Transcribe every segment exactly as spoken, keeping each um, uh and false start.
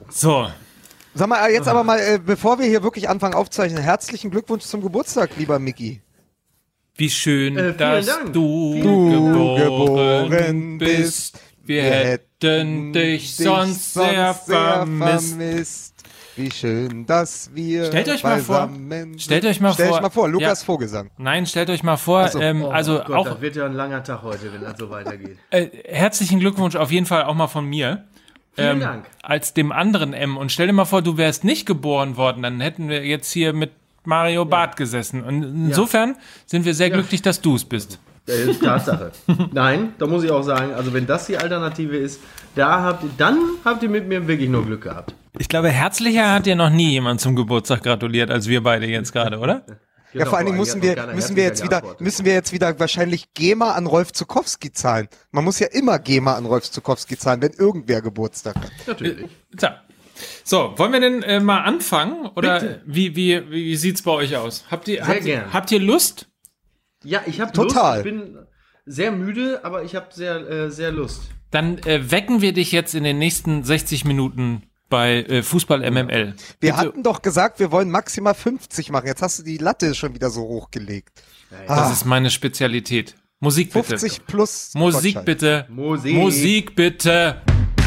So. Sag mal, jetzt aber mal, äh, bevor wir hier wirklich anfangen aufzuzeichnen, herzlichen Glückwunsch zum Geburtstag, lieber Micky. Wie schön, äh, dass Dank. du, du geboren, geboren bist. Wir, wir hätten dich sonst sehr, sehr vermisst. vermisst. Wie schön, dass wir stellt euch mal vor, sind. Stellt euch mal Stell vor. Stellt euch mal vor, Lukas ja. Vogelsang. Nein, stellt euch mal vor, so. ähm, oh, also Gott, auch. Das wird ja ein langer Tag heute, wenn das so weitergeht. Äh, herzlichen Glückwunsch auf jeden Fall auch mal von mir. Vielen ähm, Dank. Als dem anderen M. Und stell dir mal vor, du wärst nicht geboren worden, dann hätten wir jetzt hier mit Mario Barth ja. gesessen. Und insofern ja. sind wir sehr ja. glücklich, dass du es bist. Das ist Tatsache. Nein, da muss ich auch sagen, also wenn das die Alternative ist, da habt ihr, dann habt ihr mit mir wirklich nur Glück gehabt. Ich glaube, herzlicher hat dir noch nie jemand zum Geburtstag gratuliert, als wir beide jetzt gerade, oder? Ja, vor allen Dingen müssen wir, müssen wir jetzt wieder, müssen wir jetzt wieder wahrscheinlich GEMA an Rolf Zukowski zahlen. Man muss ja immer GEMA an Rolf Zukowski zahlen, wenn irgendwer Geburtstag hat. Natürlich. So, so wollen wir denn äh, mal anfangen? Oder Bitte. wie, wie, wie sieht's bei euch aus? Habt ihr, Sehr habt, gern. habt ihr Lust? Ja, ich habe Total. Lust. Ich bin sehr müde, aber ich habe sehr, äh, sehr Lust. Dann äh, wecken wir dich jetzt in den nächsten sechzig Minuten bei äh, Fußball M M L. Wir Bitte. hatten doch gesagt, wir wollen maximal fünfzig machen. Jetzt hast du die Latte schon wieder so hochgelegt. Ja, ja. Das Ah. ist meine Spezialität. Musik bitte. fünfzig plus. Musik Gottschalk. bitte. Musik. Musik bitte.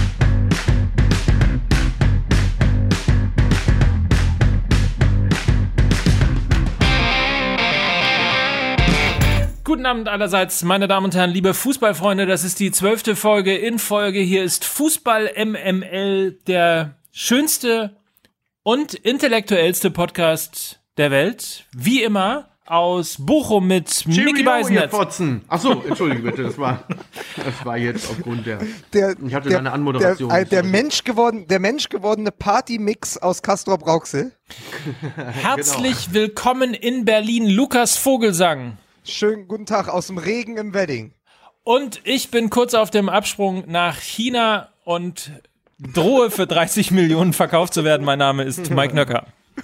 Guten Abend allerseits, meine Damen und Herren, liebe Fußballfreunde. Das ist die zwölfte Folge in Folge. Hier ist Fußball M M L, der schönste und intellektuellste Podcast der Welt. Wie immer aus Bochum mit Micky Beisenherz. Achso, entschuldige bitte, das war, das war jetzt aufgrund der... Der, Ich hatte der, da eine Anmoderation. Der, der, Mensch geworden, der Mensch gewordene Partymix aus Castrop Rauxel. Herzlich genau. willkommen in Berlin, Lukas Vogelsang. Schönen guten Tag aus dem Regen im Wedding. Und ich bin kurz auf dem Absprung nach China und drohe für dreißig Millionen verkauft zu werden. Mein Name ist Mike Nöcker.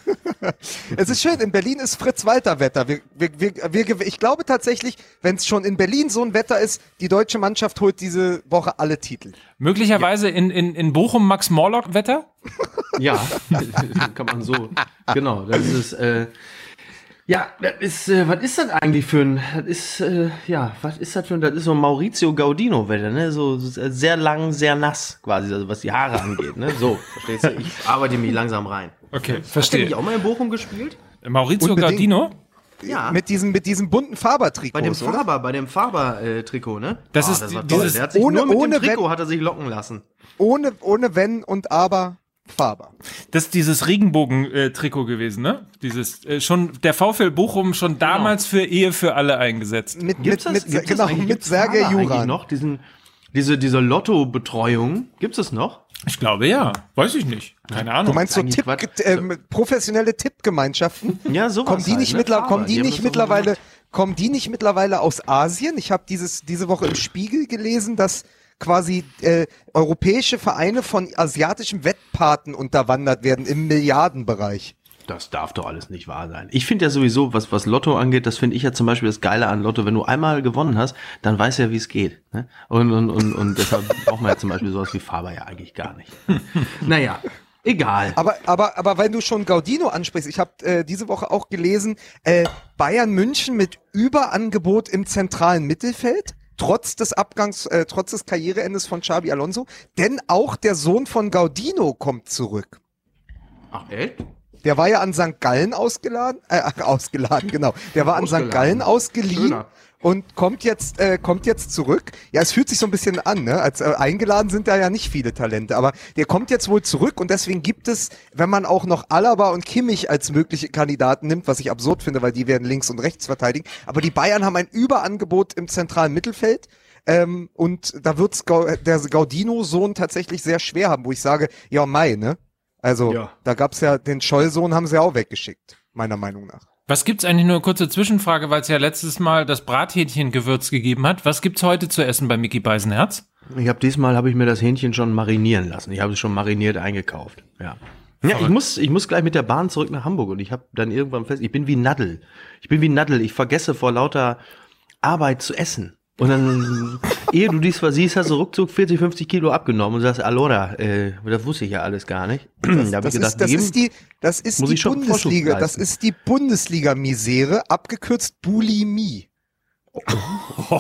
Es ist schön, in Berlin ist Fritz-Walter-Wetter. Wir, wir, wir, wir, ich glaube tatsächlich, wenn es schon in Berlin so ein Wetter ist, die deutsche Mannschaft holt diese Woche alle Titel. Möglicherweise ja. in, in, in Bochum Max Morlock-Wetter? Ja, kann man so. Genau, das ist... Äh, Ja, das ist, äh, was ist das eigentlich für ein, das ist, äh, ja, was ist das für ein, das ist so ein Maurizio Gaudino-Wetter, ne, so, so sehr lang, sehr nass, quasi, also was die Haare angeht, ne, so, verstehst du, ich arbeite mich langsam rein. Okay, Hast du verstehe. nicht auch mal in Bochum gespielt? Maurizio Unbedingt. Gaudino? Ja. Mit diesem, mit diesem bunten Faber-Trikot. Bei dem Faber, bei dem Faber-Trikot, ne? Das Oh, ist das war dieses- toll. Der hat sich ohne- nur mit ohne dem Trikot Wenn- hat er sich locken lassen. Ohne, ohne Wenn und Aber Faber. Das ist dieses Regenbogen-Trikot gewesen, ne? Dieses, äh, schon, der VfL Bochum schon damals für Ehe für alle eingesetzt. Mit, Gibt's mit, das, mit, gibt's genau, das eigentlich? mit Gibt's Sergej Faber eigentlich Juran. noch diesen, diese, diese Lotto-Betreuung, gibt's es noch? Ich glaube ja. Weiß ich nicht. Keine Ahnung. Du meinst so eigentlich Tipp, Quatsch. ähm, professionelle Tippgemeinschaften? Ja, sowas Kommen die halt, nicht, ne? mittler Faber, kommen die die haben nicht das doch mittlerweile, gemacht. kommen die nicht mittlerweile aus Asien? Ich habe dieses diese Woche im Spiegel gelesen, dass quasi äh, europäische Vereine von asiatischen Wettpaten unterwandert werden im Milliardenbereich. Das darf doch alles nicht wahr sein. Ich finde ja sowieso, was, was Lotto angeht, das finde ich ja zum Beispiel das Geile an Lotto. Wenn du einmal gewonnen hast, dann weißt du ja, wie es geht. Ne? Und, und, und, und deshalb braucht man ja zum Beispiel sowas wie Faber ja eigentlich gar nicht. Naja, egal. Aber, aber, aber wenn du schon Gaudino ansprichst, ich habe äh, diese Woche auch gelesen, äh, Bayern München mit Überangebot im zentralen Mittelfeld, trotz des Abgangs, äh, trotz des Karriereendes von Xabi Alonso, denn auch der Sohn von Gaudino kommt zurück. Ach, echt? Der war ja an Sankt Gallen ausgeladen, äh, ach, ausgeladen, genau. Der war an Sankt Gallen ausgeliehen Schöner. und kommt jetzt, äh, kommt jetzt zurück. Ja, es fühlt sich so ein bisschen an, ne? Als äh, eingeladen sind da ja nicht viele Talente, aber der kommt jetzt wohl zurück und deswegen gibt es, wenn man auch noch Alaba und Kimmich als mögliche Kandidaten nimmt, was ich absurd finde, weil die werden links und rechts verteidigen, aber die Bayern haben ein Überangebot im zentralen Mittelfeld. Ähm, und da wird's Gau- der Gaudino-Sohn tatsächlich sehr schwer haben, wo ich sage, ja, Mai, ne? Also, Ja. da gab's ja, den Scholl-Sohn haben sie ja auch weggeschickt, meiner Meinung nach. Was gibt's eigentlich, nur eine kurze Zwischenfrage, weil es ja letztes Mal das Brathähnchengewürz gegeben hat. Was gibt's heute zu essen bei Micky Beisenherz? Ich habe diesmal habe ich mir das Hähnchen schon marinieren lassen. Ich habe es schon mariniert eingekauft. Ja. Ja, ich muss, ich muss gleich mit der Bahn zurück nach Hamburg und ich habe dann irgendwann fest, ich bin wie Nadel. Ich bin wie Nadel. Ich vergesse vor lauter Arbeit zu essen. Und dann ehe du dies versiehst, hast du ruckzuck vierzig, fünfzig Kilo abgenommen und sagst, allora, äh, das wusste ich ja alles gar nicht. Das, da hab das, ich gedacht, ist, das dem ist die, das ist muss die ich schon Bundesliga, Vorschub das leisten. ist die Bundesliga-Misere, abgekürzt Bulimie. Oh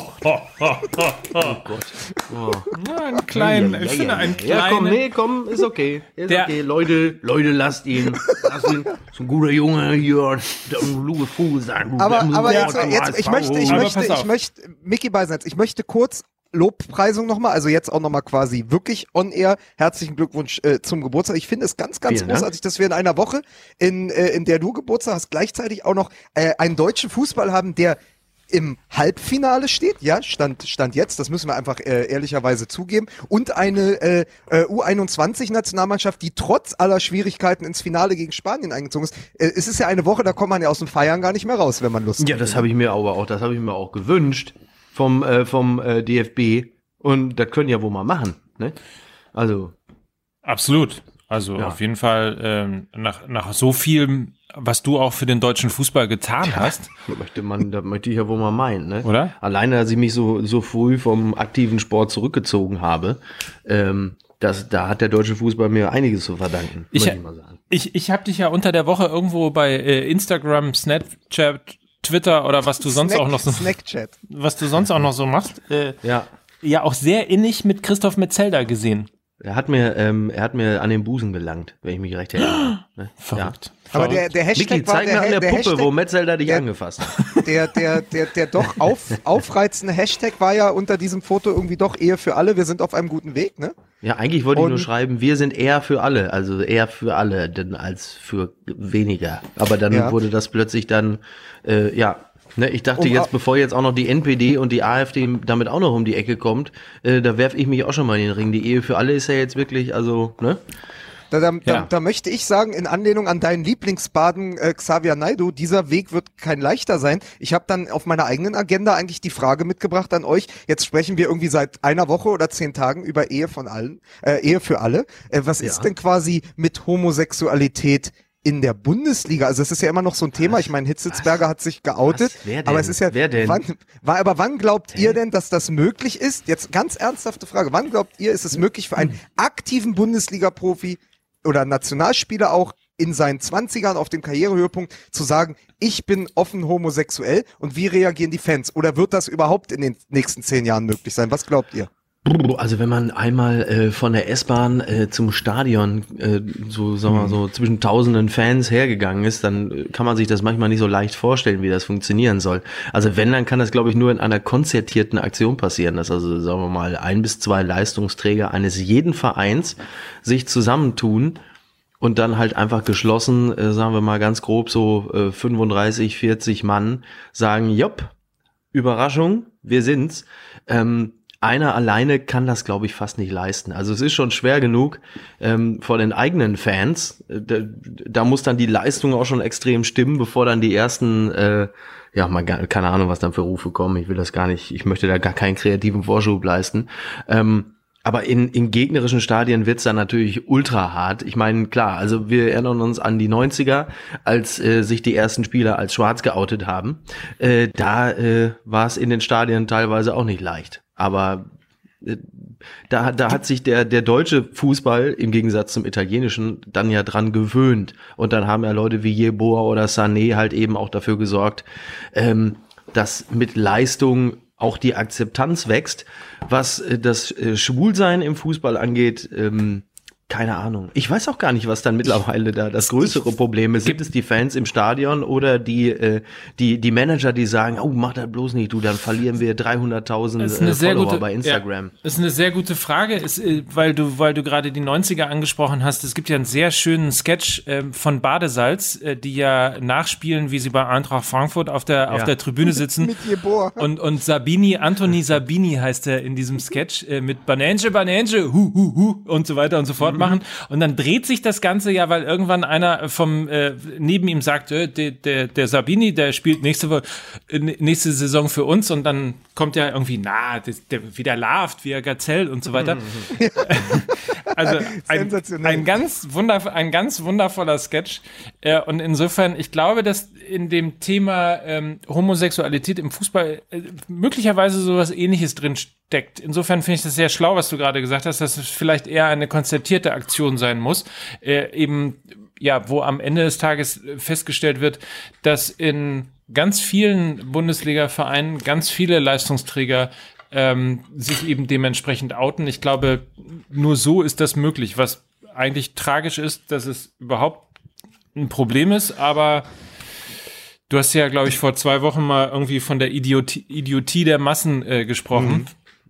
Gott. Oh. Ja, einen kleinen, ich finde einen kleinen. Ja, komm, nee, komm, ist okay. Ist Der- okay. Leute, Leute, lasst ihn. Lasst ihn. So ein guter Junge hier. Der Luge Fuge sein. Aber, aber jetzt, jetzt, ich möchte, ich Aber möchte, pass auf. ich möchte, Micky Beisenherz, ich möchte kurz Lobpreisung nochmal, also jetzt auch nochmal quasi wirklich on air. Herzlichen Glückwunsch äh, zum Geburtstag. Ich finde es ganz, ganz Vielen Dank. großartig, dass wir in einer Woche, in, äh, in der du Geburtstag hast, gleichzeitig auch noch äh, einen deutschen Fußball haben, der im Halbfinale steht, ja, stand, stand jetzt, das müssen wir einfach äh, ehrlicherweise zugeben, und eine äh, äh, U einundzwanzig-Nationalmannschaft, die trotz aller Schwierigkeiten ins Finale gegen Spanien eingezogen ist. Äh, es ist ja eine Woche, da kommt man ja aus dem Feiern gar nicht mehr raus, wenn man Lust hat. Ja, das habe ich mir aber auch, das habe ich mir auch gewünscht vom, äh, vom äh, D F B. Und das können ja wohl mal machen, ne? Also. Absolut. Also Ja. auf jeden Fall ähm, nach, nach so viel, was du auch für den deutschen Fußball getan hast, Das möchte man, das möchte ich ja wohl mal meinen, ne? oder? Alleine, dass ich mich so, so früh vom aktiven Sport zurückgezogen habe, ähm, das, da hat der deutsche Fußball mir einiges zu verdanken, Ich- muss ich mal sagen. Ich, ich habe dich ja unter der Woche irgendwo bei äh, Instagram, Snapchat, Twitter oder was du sonst Snack, auch noch so, Snackchat. was du sonst auch noch so machst, äh, Ja. ja auch sehr innig mit Christoph Metzelder gesehen. Er hat mir, ähm, er hat mir an den Busen gelangt, wenn ich mich recht erinnere. Ne? Verrückt. Aber der, der Ja. Hashtag Micky, war zeig der, mir an der der Puppe, Hashtag, wo Metzelder dich der- angefasst hat. der, der, der, der doch auf, aufreizende Hashtag war ja unter diesem Foto irgendwie doch Ehe für alle. Wir sind auf einem guten Weg, ne? Ja, eigentlich wollte ich Und- nur schreiben, wir sind eher für alle, also eher für alle, denn als für weniger. Aber dann Ja. wurde das plötzlich dann, äh, ja, ne, ich dachte Um- jetzt, bevor jetzt auch noch die N P D und die AfD damit auch noch um die Ecke kommt, äh, da werfe ich mich auch schon mal in den Ring. Die Ehe für alle ist ja jetzt wirklich, also, ne? Da, da, Ja. da, da möchte ich sagen, in Anlehnung an deinen Lieblingsbaden äh, Xavier Naidoo, dieser Weg wird kein leichter sein. Ich habe dann auf meiner eigenen Agenda eigentlich die Frage mitgebracht an euch. Jetzt sprechen wir irgendwie seit einer Woche oder zehn Tagen über Ehe von allen, äh, Ehe für alle. Äh, was Ja. ist denn quasi mit Homosexualität in der Bundesliga? Also es ist ja immer noch so ein Thema. Ich meine, Hitzitzberger hat sich geoutet, Was? Wer denn? aber es ist ja, Wer denn? Wann, war, aber wann glaubt ihr denn, dass das möglich ist? Jetzt ganz ernsthafte Frage. Wann glaubt ihr, ist es möglich für einen aktiven Bundesliga-Profi oder Nationalspieler auch in seinen Zwanzigern auf dem Karrierehöhepunkt zu sagen, ich bin offen homosexuell, und wie reagieren die Fans? Oder wird das überhaupt in den nächsten zehn Jahren möglich sein? Was glaubt ihr? Also wenn man einmal äh, von der S-Bahn äh, zum Stadion äh, so sagen wir mal, so zwischen tausenden Fans hergegangen ist, dann äh, kann man sich das manchmal nicht so leicht vorstellen, wie das funktionieren soll. Also wenn, dann kann das, glaube ich, nur in einer konzertierten Aktion passieren, dass also sagen wir mal ein bis zwei Leistungsträger eines jeden Vereins sich zusammentun und dann halt einfach geschlossen, äh, sagen wir mal ganz grob so äh, fünfunddreißig, vierzig Mann sagen, jopp, Überraschung, wir sind's. Ähm, einer alleine kann das, glaube ich, fast nicht leisten. Also es ist schon schwer genug ähm, vor den eigenen Fans. Da, da muss dann die Leistung auch schon extrem stimmen, bevor dann die ersten, äh, ja, mal gar, keine Ahnung, was dann für Rufe kommen. Ich will das gar nicht, ich möchte da gar keinen kreativen Vorschub leisten. Ähm, aber in, in gegnerischen Stadien wird's dann natürlich ultra hart. Ich meine, klar, also wir erinnern uns an die neunziger, als äh, sich die ersten Spieler als schwarz geoutet haben. Äh, da äh, war es in den Stadien teilweise auch nicht leicht. Aber äh, da, da hat sich der, der deutsche Fußball im Gegensatz zum italienischen dann ja dran gewöhnt. Und dann haben ja Leute wie Yeboah oder Sané halt eben auch dafür gesorgt, ähm, dass mit Leistung auch die Akzeptanz wächst. Was äh, das äh, Schwulsein im Fußball angeht, ähm, keine Ahnung. Ich weiß auch gar nicht, was dann mittlerweile da das größere Problem ist. Sind es die Fans im Stadion oder die äh, die die Manager, die sagen, oh, mach das bloß nicht, du, dann verlieren wir dreihunderttausend Das ist eine äh, sehr Follower gute, bei Instagram. Ja, ist eine sehr gute Frage, ist, äh, weil du, weil du gerade die neunziger angesprochen hast. Es gibt ja einen sehr schönen Sketch äh, von Badesalz, äh, die ja nachspielen, wie sie bei Eintracht Frankfurt auf der auf Ja. der Tribüne sitzen. Mit Jeboa. Und, und Sabini, Anthony Sabini heißt er in diesem Sketch, äh, mit Banange, Banange, hu, hu, hu und so weiter und so fort machen. Und dann dreht sich das Ganze ja, weil irgendwann einer vom äh, neben ihm sagt, äh, der, der, der Sabini, der spielt nächste Woche, äh, nächste Saison für uns, und dann kommt ja irgendwie, na, das, der wieder larvt, wie er Gazelle und so weiter. Also ein, ein, ganz wunderv- ein ganz wundervoller Sketch. Äh, und insofern, ich glaube, dass in dem Thema ähm, Homosexualität im Fußball äh, möglicherweise sowas Ähnliches drin steckt. Insofern finde ich das sehr schlau, was du gerade gesagt hast, dass es vielleicht eher eine konzertierte Aktion sein muss. Äh, eben, ja, wo am Ende des Tages festgestellt wird, dass in ganz vielen Bundesliga-Vereinen ganz viele Leistungsträger ähm, sich eben dementsprechend outen. Ich glaube, nur so ist das möglich, was eigentlich tragisch ist, dass es überhaupt ein Problem ist, aber du hast ja, glaube ich, vor zwei Wochen mal irgendwie von der Idiotie, Idiotie der Massen äh, gesprochen. Mhm.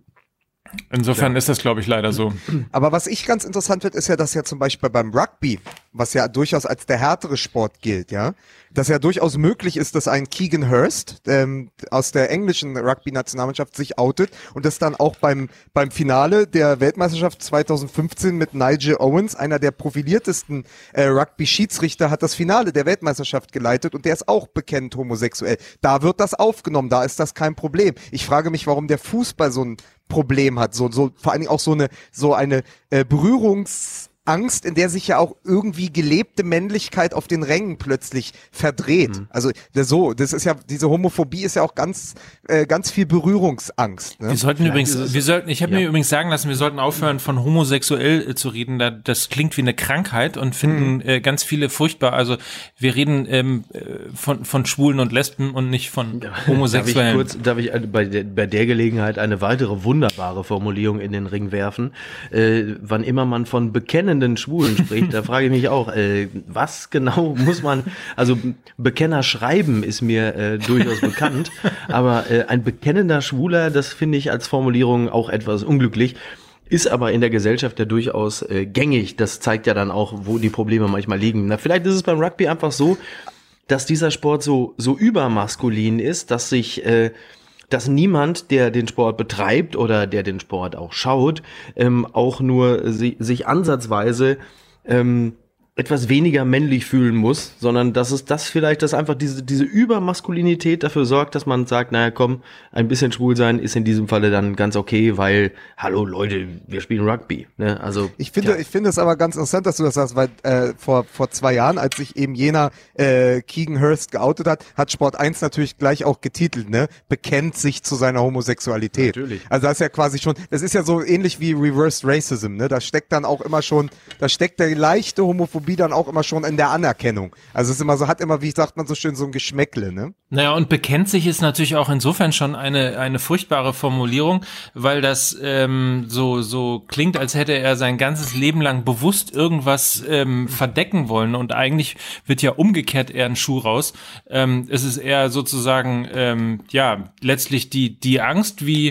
Insofern ja. ist das, glaube ich, leider so. Aber was ich ganz interessant finde, ist ja, dass ja zum Beispiel beim Rugby, was ja durchaus als der härtere Sport gilt, ja, dass ja durchaus möglich ist, dass ein Keegan Hurst ähm, aus der englischen Rugby-Nationalmannschaft sich outet und das dann auch beim beim Finale der Weltmeisterschaft zweitausendfünfzehn mit Nigel Owens, einer der profiliertesten äh, Rugby-Schiedsrichter, hat das Finale der Weltmeisterschaft geleitet und der ist auch bekannt homosexuell. Da wird das aufgenommen, da ist das kein Problem. Ich frage mich, warum der Fußball so ein Problem hat, so, so vor allen Dingen auch so eine so eine äh, Berührungsangst, in der sich ja auch irgendwie gelebte Männlichkeit auf den Rängen plötzlich verdreht. Mhm. Also das, so, das ist ja, diese Homophobie ist ja auch ganz äh, ganz viel Berührungsangst. Ne? Wir sollten Vielleicht übrigens, wir sollten, ich habe ja. mir übrigens sagen lassen, wir sollten aufhören von homosexuell äh, zu reden. Da, das klingt wie eine Krankheit und finden mhm. äh, ganz viele furchtbar. Also wir reden ähm, von von Schwulen und Lesben und nicht von ja. Homosexuellen. Darf ich kurz, darf ich bei der, bei der Gelegenheit eine weitere wunderbare Formulierung in den Ring werfen? Äh, wann immer man von bekennenden Schwulen spricht, da frage ich mich auch, äh, was genau muss man, also Bekenner schreiben ist mir äh, durchaus bekannt, aber äh, ein bekennender Schwuler, das finde ich als Formulierung auch etwas unglücklich, ist aber in der Gesellschaft ja durchaus äh, gängig. Das zeigt ja dann auch, wo die Probleme manchmal liegen. Na, vielleicht ist es beim Rugby einfach so, dass dieser Sport so so übermaskulin ist, dass sich äh, dass niemand, der den Sport betreibt oder der den Sport auch schaut, ähm, auch nur si- sich ansatzweise ähm, etwas weniger männlich fühlen muss, sondern dass es das vielleicht, dass einfach diese diese Übermaskulinität dafür sorgt, dass man sagt, naja komm, ein bisschen schwul sein ist in diesem Falle dann ganz okay, weil, hallo Leute, wir spielen Rugby. Ne? Also ich finde, ja. ich finde es aber ganz interessant, dass du das sagst, weil äh, vor vor zwei Jahren, als sich eben jener äh, Keegan Hurst geoutet hat, hat Sport eins natürlich gleich auch getitelt, ne, bekennt sich zu seiner Homosexualität. Natürlich. Also das ist ja quasi schon, das ist ja so ähnlich wie Reversed Racism, ne? Da steckt dann auch immer schon, da steckt der leichte Homophobie dann auch immer schon in der Anerkennung. Also es ist immer so, hat immer, wie sagt man so schön, so ein Geschmäckle, ne? Naja, und bekennt sich ist natürlich auch insofern schon eine eine furchtbare Formulierung, weil das ähm, so so klingt, als hätte er sein ganzes Leben lang bewusst irgendwas ähm, verdecken wollen und eigentlich wird ja umgekehrt eher ein Schuh raus. Ähm, es ist eher sozusagen, ähm, ja, letztlich die die Angst, wie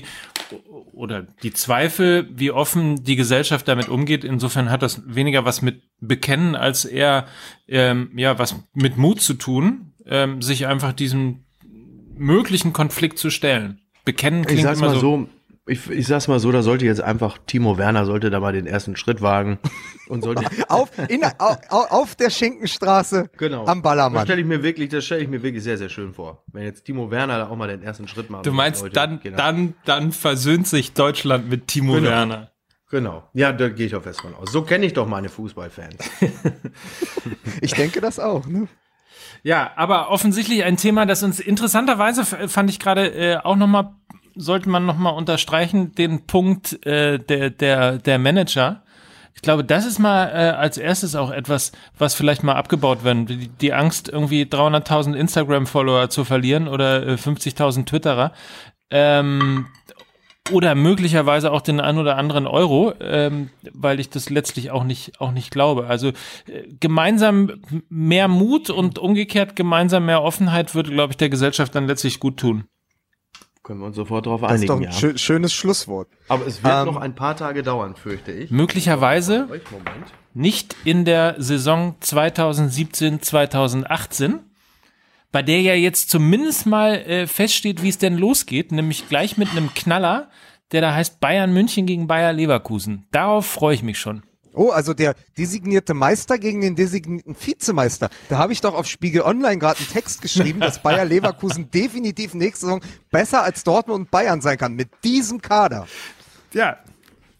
oder die Zweifel, wie offen die Gesellschaft damit umgeht. Insofern hat das weniger was mit Bekennen als eher ähm, ja was mit Mut zu tun, ähm, sich einfach diesem möglichen Konflikt zu stellen. Bekennen klingt ich sag's immer mal so. so ich, ich sag's mal so, da sollte jetzt einfach Timo Werner sollte da mal den ersten Schritt wagen und sollte auf, in, auf, auf der Schinkenstraße genau. am Ballermann. Das stelle ich mir wirklich, das stelle ich mir wirklich sehr, sehr schön vor. Wenn jetzt Timo Werner da auch mal den ersten Schritt macht. Du meinst, Leute, dann, genau. dann, dann versöhnt sich Deutschland mit Timo genau. Werner. Genau. Ja, da gehe ich auch fest von aus. So kenne ich doch meine Fußballfans. Ich denke das auch, ne? Ja, aber offensichtlich ein Thema, das uns interessanterweise fand ich gerade äh, auch nochmal, sollte man nochmal unterstreichen, den Punkt äh, der, der, der Manager. Ich glaube, das ist mal äh, als erstes auch etwas, was vielleicht mal abgebaut werden. Die, die Angst, irgendwie dreihunderttausend Instagram-Follower zu verlieren oder äh, fünfzigtausend Twitterer. Ähm, Oder möglicherweise auch den ein oder anderen Euro, ähm, weil ich das letztlich auch nicht auch nicht glaube. Also äh, gemeinsam mehr Mut und umgekehrt gemeinsam mehr Offenheit würde, glaube ich, der Gesellschaft dann letztlich gut tun. Können wir uns sofort darauf einigen, ja. Das ist doch ein ja. schönes Schlusswort. Aber es wird ähm, noch ein paar Tage dauern, fürchte ich. Möglicherweise nicht in der Saison zweitausendsiebzehn zweitausendachtzehn. Bei der ja jetzt zumindest mal äh, feststeht, wie es denn losgeht, nämlich gleich mit einem Knaller, der da heißt Bayern München gegen Bayer Leverkusen. Darauf freue ich mich schon. Oh, also der designierte Meister gegen den designierten Vizemeister. Da habe ich doch auf Spiegel Online gerade einen Text geschrieben, dass Bayer Leverkusen definitiv nächste Saison besser als Dortmund und Bayern sein kann, mit diesem Kader. Ja.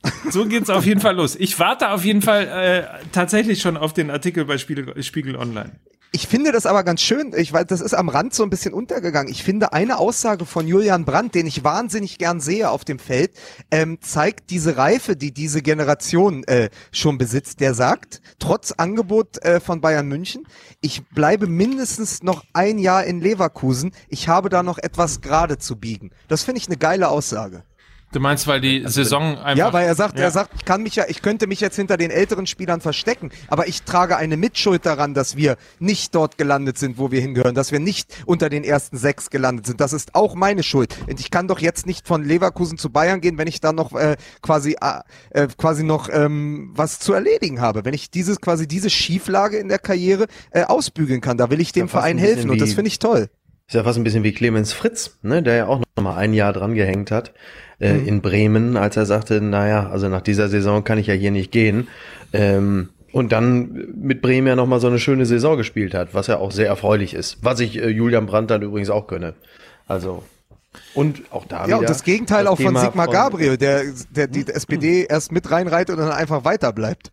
So geht's auf jeden Fall los. Ich warte auf jeden Fall äh, tatsächlich schon auf den Artikel bei Spiegel, Spiegel Online. Ich finde das aber ganz schön, ich weiß, das ist am Rand so ein bisschen untergegangen. Ich finde, eine Aussage von Julian Brandt, den ich wahnsinnig gern sehe auf dem Feld, ähm, zeigt diese Reife, die diese Generation äh, schon besitzt. Der sagt, trotz Angebot äh, von Bayern München, ich bleibe mindestens noch ein Jahr in Leverkusen. Ich habe da noch etwas gerade zu biegen. Das finde ich eine geile Aussage. Du meinst, weil die also, Saison einfach... Ja, weil er sagt, ja. er sagt, ich kann mich ja, ich könnte mich jetzt hinter den älteren Spielern verstecken, aber ich trage eine Mitschuld daran, dass wir nicht dort gelandet sind, wo wir hingehören, dass wir nicht unter den ersten sechs gelandet sind. Das ist auch meine Schuld. Und ich kann doch jetzt nicht von Leverkusen zu Bayern gehen, wenn ich da noch äh, quasi äh, quasi noch ähm, was zu erledigen habe. Wenn ich dieses quasi diese Schieflage in der Karriere äh, ausbügeln kann, da will ich dem Verein helfen und das finde ich toll. Ist ja fast ein bisschen wie Clemens Fritz, ne, der ja auch noch mal ein Jahr dran gehängt hat äh, mhm. in Bremen, als er sagte, naja, also nach dieser Saison kann ich ja hier nicht gehen. Ähm, und dann mit Bremen ja noch mal so eine schöne Saison gespielt hat, was ja auch sehr erfreulich ist. Was ich äh, Julian Brandt dann übrigens auch gönne. Also und auch da ja, wieder und das Gegenteil das auch Thema von Sigmar von, Gabriel, der, der die S P D erst mit reinreitet und dann einfach weiter bleibt.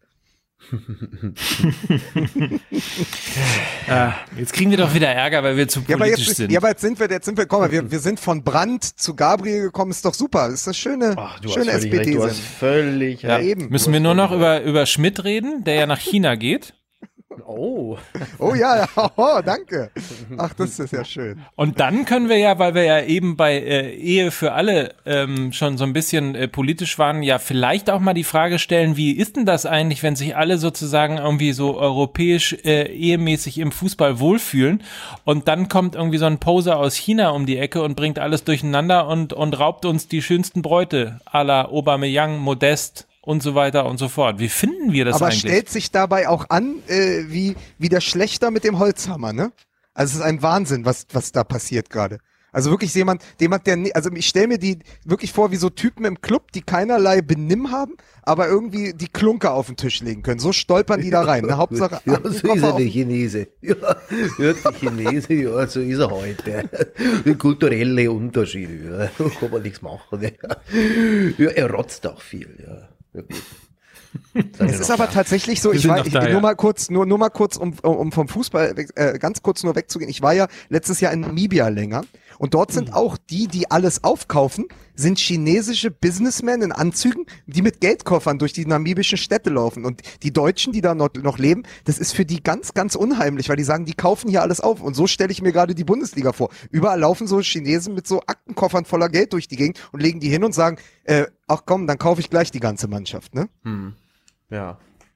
ah, jetzt kriegen wir doch wieder Ärger, weil wir zu politisch ja, aber jetzt, sind. Ja, aber jetzt sind wir, jetzt sind wir, komm mal, wir, wir sind von Brandt zu Gabriel gekommen, ist doch super. Das ist eine schöne, Ach, du schöne hast S P D. Du hast völlig ja, recht. Eben. Müssen wir nur noch über, über Schmidt reden, der ja nach China geht. Oh. Oh ja, ja, oh, danke. Ach, das ist ja schön. Und dann können wir ja, weil wir ja eben bei äh, Ehe für alle ähm, schon so ein bisschen äh, politisch waren, ja vielleicht auch mal die Frage stellen, wie ist denn das eigentlich, wenn sich alle sozusagen irgendwie so europäisch äh, ehemäßig im Fußball wohlfühlen und dann kommt irgendwie so ein Poser aus China um die Ecke und bringt alles durcheinander und, und raubt uns die schönsten Bräute à la Aubameyang, Modest und so weiter und so fort. Wie finden wir das Aber eigentlich? Aber stellt sich dabei auch an, äh, wie, wie der Schlächter mit dem Holzhammer, ne? Also es ist ein Wahnsinn, was, was da passiert gerade. Also wirklich jemand, jemand, der, also ich stelle mir die wirklich vor wie so Typen im Club, die keinerlei Benimm haben, aber irgendwie die Klunker auf den Tisch legen können. So stolpern die da rein. Ne? Hauptsache. Ja, so ist er, der Chinese. Ja, ja, der Chinese, ja, so ist er heute. Der kulturelle Unterschied, ja. Da kann man nichts machen. Ja, er rotzt auch viel, ja. Ja, es ist aber da. tatsächlich so, ich war, ich, da, ja. nur mal kurz, nur, nur mal kurz, um, um vom Fußball äh, ganz kurz nur wegzugehen. Ich war ja letztes Jahr in Namibia länger und dort sind mhm. auch die, die alles aufkaufen, sind chinesische Businessmen in Anzügen, die mit Geldkoffern durch die namibischen Städte laufen. Und die Deutschen, die da noch, noch leben, das ist für die ganz, ganz unheimlich, weil die sagen, die kaufen hier alles auf. Und so stelle ich mir gerade die Bundesliga vor. Überall laufen so Chinesen mit so Aktenkoffern voller Geld durch die Gegend und legen die hin und sagen, äh, ach komm, dann kaufe ich gleich die ganze Mannschaft, ne? Hm. Ja.